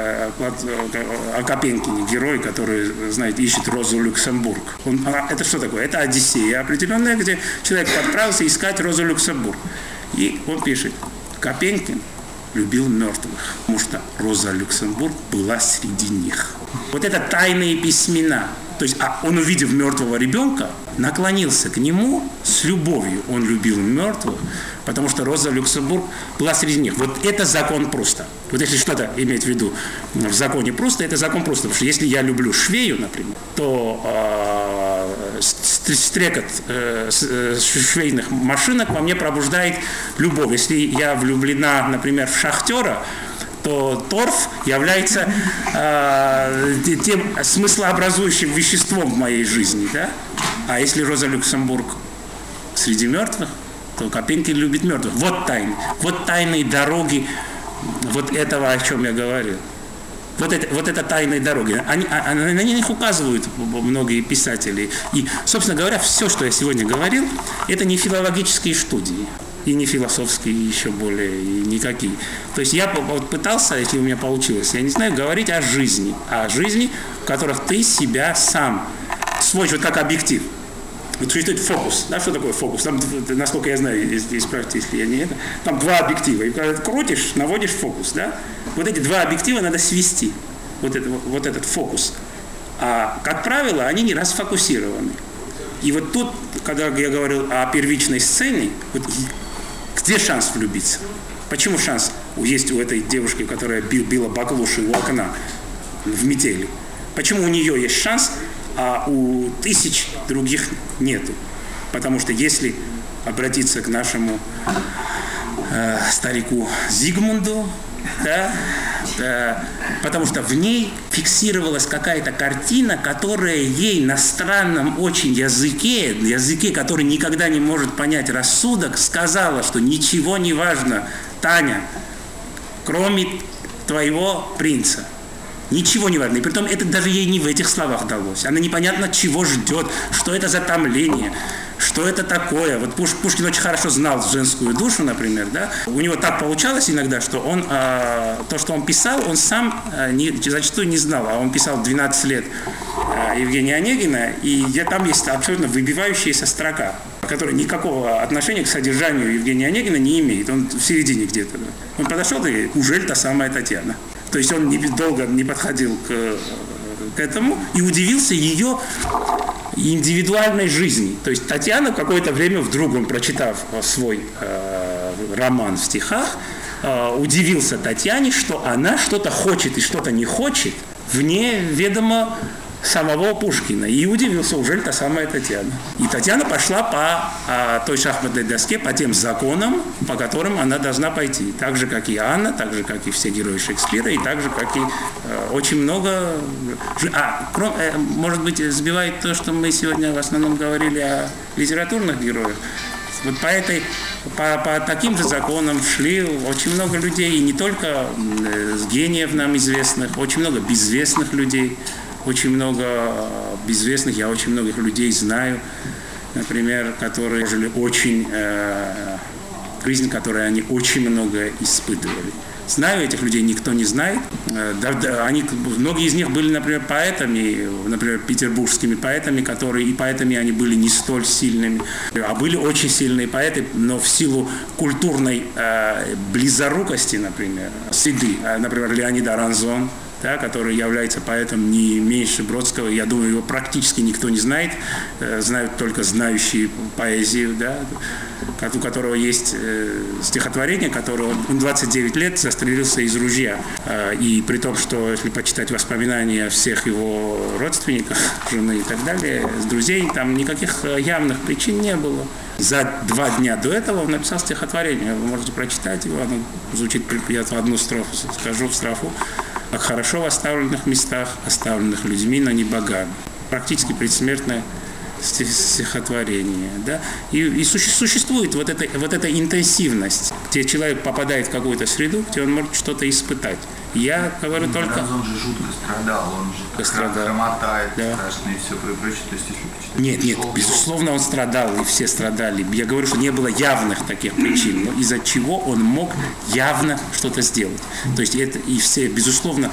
Акопенкин, герой, который, знаете, ищет Розу Люксембург. Это что такое? Это Одиссея определенная, где человек отправился искать Розу Люксембург. И он пишет, Копенкин любил мертвых, потому что Роза Люксембург была среди них. Вот это тайные письмена. То есть он, увидев мертвого ребенка, наклонился к нему с любовью. Он любил мертвых, потому что Роза Люксембург была среди них. Вот это закон Пруста. Вот если что-то иметь в виду в законе Пруста, это закон Пруста. Потому что если я люблю швею, например, то стрекот швейных машинок во мне пробуждает любовь. Если я влюблена, например, в шахтера, то торф является тем смыслообразующим веществом в моей жизни. Да? А если Роза Люксембург среди мертвых, то Копенкин любит мертвых. Вот тайные дороги вот этого, о чем я говорил. Вот это тайные дороги. На них указывают многие писатели. И, собственно говоря, все, что я сегодня говорил, это не филологические студии. И не философские еще более, и никакие. То есть я пытался, если у меня получилось, я не знаю, говорить о жизни, в которых ты себя сам свой, вот как объектив. Вот существует фокус. Да, что такое фокус? Там, насколько я знаю, исправьте, если я не это, там два объектива. И когда ты крутишь, наводишь фокус. Да? Вот эти два объектива надо свести. Вот этот фокус. А, как правило, они не расфокусированы. И вот тут, когда я говорил о первичной сцене, вот где шанс влюбиться? Почему шанс есть у этой девушки, которая била баклуши у окна в метели? Почему у нее есть шанс, а у тысяч других нету? Потому что если обратиться к нашему старику Зигмунду, потому что в ней фиксировалась какая-то картина, которая ей на странном очень языке, который никогда не может понять рассудок, сказала, что ничего не важно, Таня, кроме твоего принца. Ничего не важно. И притом это даже ей не в этих словах далось. Она непонятно чего ждет, что это за томление, что это такое. Вот Пушкин очень хорошо знал женскую душу, например, да. У него так получалось иногда, что он, то, что он писал, он сам зачастую не знал, а он писал 12 лет Евгения Онегина, и там есть абсолютно выбивающаяся строка, которая никакого отношения к содержанию Евгения Онегина не имеет. Он в середине где-то. Да. Он подошел и говорит: ужель та самая Татьяна? То есть он долго не подходил к этому и удивился ее индивидуальной жизни. То есть Татьяна какое-то время вдруг, он, прочитав свой роман в стихах, удивился Татьяне, что она что-то хочет и что-то не хочет вне ведома самого Пушкина. И удивился, ужель та самая Татьяна. И Татьяна пошла по той шахматной доске, по тем законам, по которым она должна пойти. Так же, как и Анна, так же, как и все герои Шекспира, и так же, как и очень много... может быть, сбивает то, что мы сегодня в основном говорили о литературных героях. Вот по таким же законам шли очень много людей, и не только гениев нам известных, очень много безвестных людей. Очень много безвестных, я очень многих людей знаю, например, которые жили очень жизнь, которой они очень много испытывали. Знаю этих людей, никто не знает. Многие из них были, например, поэтами, например, петербургскими поэтами, и поэтами они были не столь сильными, а были очень сильные поэты, но в силу культурной близорукости, например, среды, например, Леонид Аранзон, да, который является поэтом не меньше Бродского. Я думаю, его практически никто не знает. Знают только знающие поэзию, да, у которого есть стихотворение, которое он 29 лет застрелился из ружья. И при том, что, если почитать воспоминания всех его родственников, жены и так далее, с друзей, там никаких явных причин не было. За 2 дня до этого он написал стихотворение. Вы можете прочитать его. Оно звучит, я одну строфу скажу в строфу. «Как хорошо в оставленных местах, оставленных людьми, но не богами». Практически предсмертное стихотворение. Да? И существует вот эта интенсивность, где человек попадает в какую-то среду, где он может что-то испытать. Я говорю только... Он же жутко страдал, он же хромотает, да. Страшно и все прочее. То есть, если нет, безусловно, он страдал, и все страдали. Я говорю, что не было явных таких причин, но из-за чего он мог явно что-то сделать. То есть это и все, безусловно,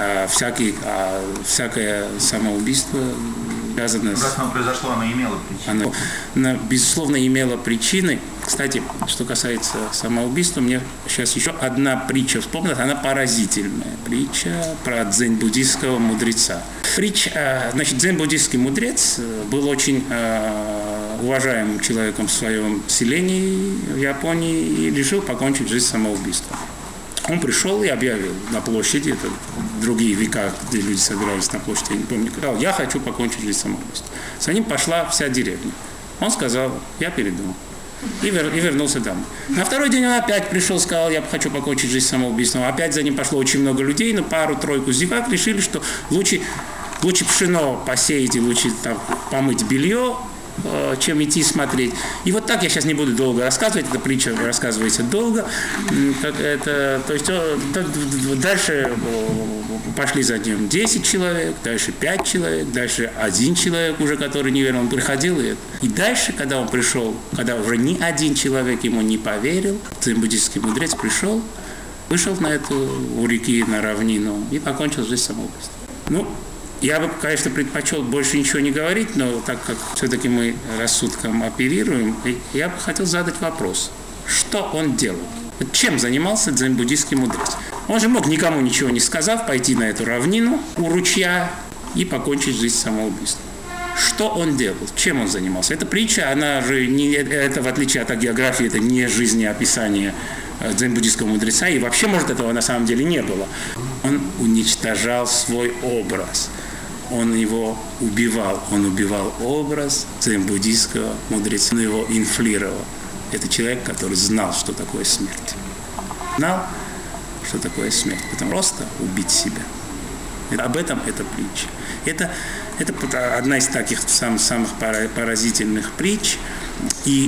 всякое самоубийство связано с... Как оно произошло, оно имело причины? Оно, безусловно, имело причины. Кстати, что касается самоубийства, мне сейчас еще одна притча вспомнилась, она поразительная. Притча про дзен-буддийского мудреца. Значит, дзен-буддийский мудрец был очень уважаемым человеком в своем селении в Японии и решил покончить жизнь самоубийством. Он пришел и объявил на площади, это другие века, где люди собирались на площади, я не помню, сказал: я хочу покончить жизнь самоубийством. За ним пошла вся деревня. Он сказал: я передумал. И вернулся домой. На второй день он опять пришел, сказал: я хочу покончить жизнь самоубийством. Опять за ним пошло очень много людей, но пару-тройку зевак решили, что лучше пшено посеять и лучше там помыть белье, чем идти смотреть. И вот так я сейчас не буду долго рассказывать, эта притча рассказывается долго. То есть дальше пошли за ним 10 человек, дальше 5 человек, дальше 1 человек уже, который не верил, он приходил. И дальше, когда он пришел, когда уже ни один человек ему не поверил, дзен-буддийский мудрец вышел у реки, на равнину и покончил жизнь самоубийством. Я бы, конечно, предпочел больше ничего не говорить, но так как все-таки мы рассудком оперируем, я бы хотел задать вопрос. Что он делал? Чем занимался дзен-буддийский мудрец? Он же мог, никому ничего не сказав, пойти на эту равнину у ручья и покончить жизнь самоубийством. Что он делал? Чем он занимался? Эта притча, она же не, это в отличие от географии, это не жизнеописание дзен-буддийского мудреца, и вообще, может, этого на самом деле не было. Он уничтожал свой образ. Он его убивал. Он убивал образ дзен-буддийского мудреца. Он его инфлировал. Это человек, который знал, что такое смерть. Знал, что такое смерть. Потому просто убить себя. Об этом эта притча. Это одна из таких самых поразительных притч. И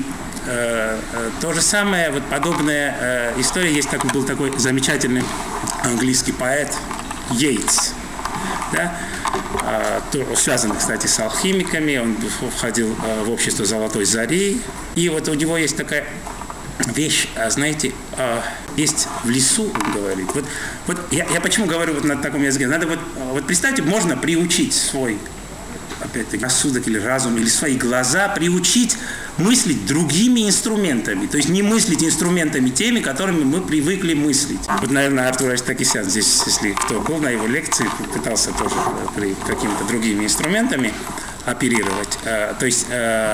то же самое, вот подобная история, был такой замечательный английский поэт Йейтс, да? Связанный, кстати, с алхимиками, он входил в общество Золотой Зари, и вот у него есть такая вещь, знаете, есть в лесу, он говорит, вот я почему говорю вот на таком языке, надо вот представьте, можно приучить свой, опять-таки, рассудок или разум, или свои глаза, приучить мыслить другими инструментами. То есть не мыслить инструментами теми, которыми мы привыкли мыслить. Вот, наверное, Артур Ачтакисян здесь, если кто был на его лекции, пытался тоже какими-то другими инструментами оперировать. То есть,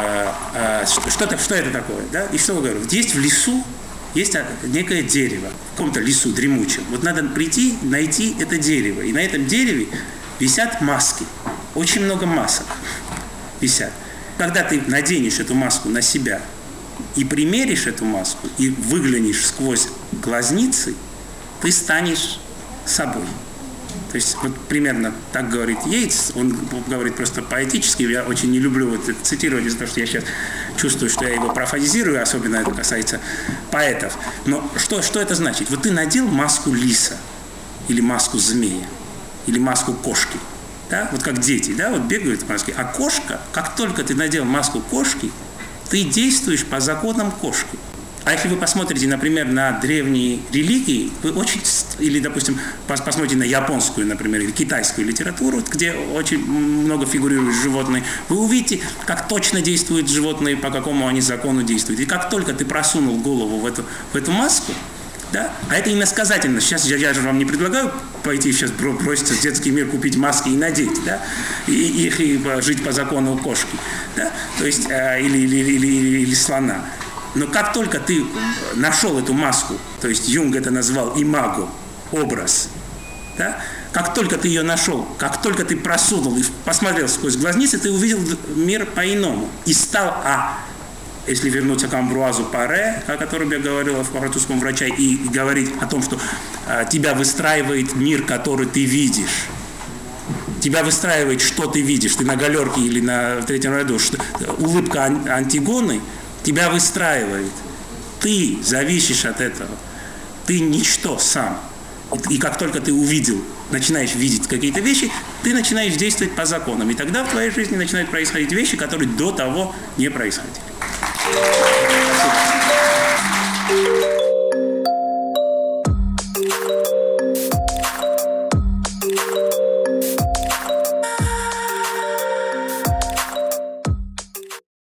что это такое? Да? И что вы говорите? Есть в лесу, есть некое дерево, в каком-то лесу дремучем. Вот надо прийти, найти это дерево. И на этом дереве висят маски. Очень много масок висят. Когда ты наденешь эту маску на себя и примеришь эту маску, и выглянешь сквозь глазницы, ты станешь собой. То есть вот примерно так говорит Йейтс, он говорит просто поэтически, я очень не люблю вот это цитировать из-за того, что я сейчас чувствую, что я его профанизирую, особенно это касается поэтов. Но что это значит? Вот ты надел маску лиса, или маску змея, или маску кошки. Да? Вот как дети, да, вот бегают в маске. А кошка, как только ты надел маску кошки, ты действуешь по законам кошки. А если вы посмотрите, например, на древние религии, вы очень, или, допустим, посмотрите на японскую, например, или китайскую литературу, где очень много фигурируют животные, вы увидите, как точно действуют животные, по какому они закону действуют. И как только ты просунул голову в эту маску, да? А это иносказательно. Сейчас я же вам не предлагаю пойти сейчас броситься в детский мир, купить маски и надеть, да? и жить по закону кошки, да? То есть, или слона. Но как только ты нашел эту маску, то есть Юнг это назвал имаго, образ, да? Как только ты ее нашел, как только ты просунул и посмотрел сквозь глазницы, ты увидел мир по-иному. И стал, если вернуться к Амбруазу Паре, о котором я говорил в французском враче, и говорить о том, что тебя выстраивает мир, который ты видишь. Тебя выстраивает, что ты видишь. Ты на галерке или на третьем ряду. Улыбка Антигоны тебя выстраивает. Ты зависишь от этого. Ты ничто сам. И как только ты начинаешь видеть какие-то вещи, ты начинаешь действовать по законам. И тогда в твоей жизни начинают происходить вещи, которые до того не происходили. Спасибо.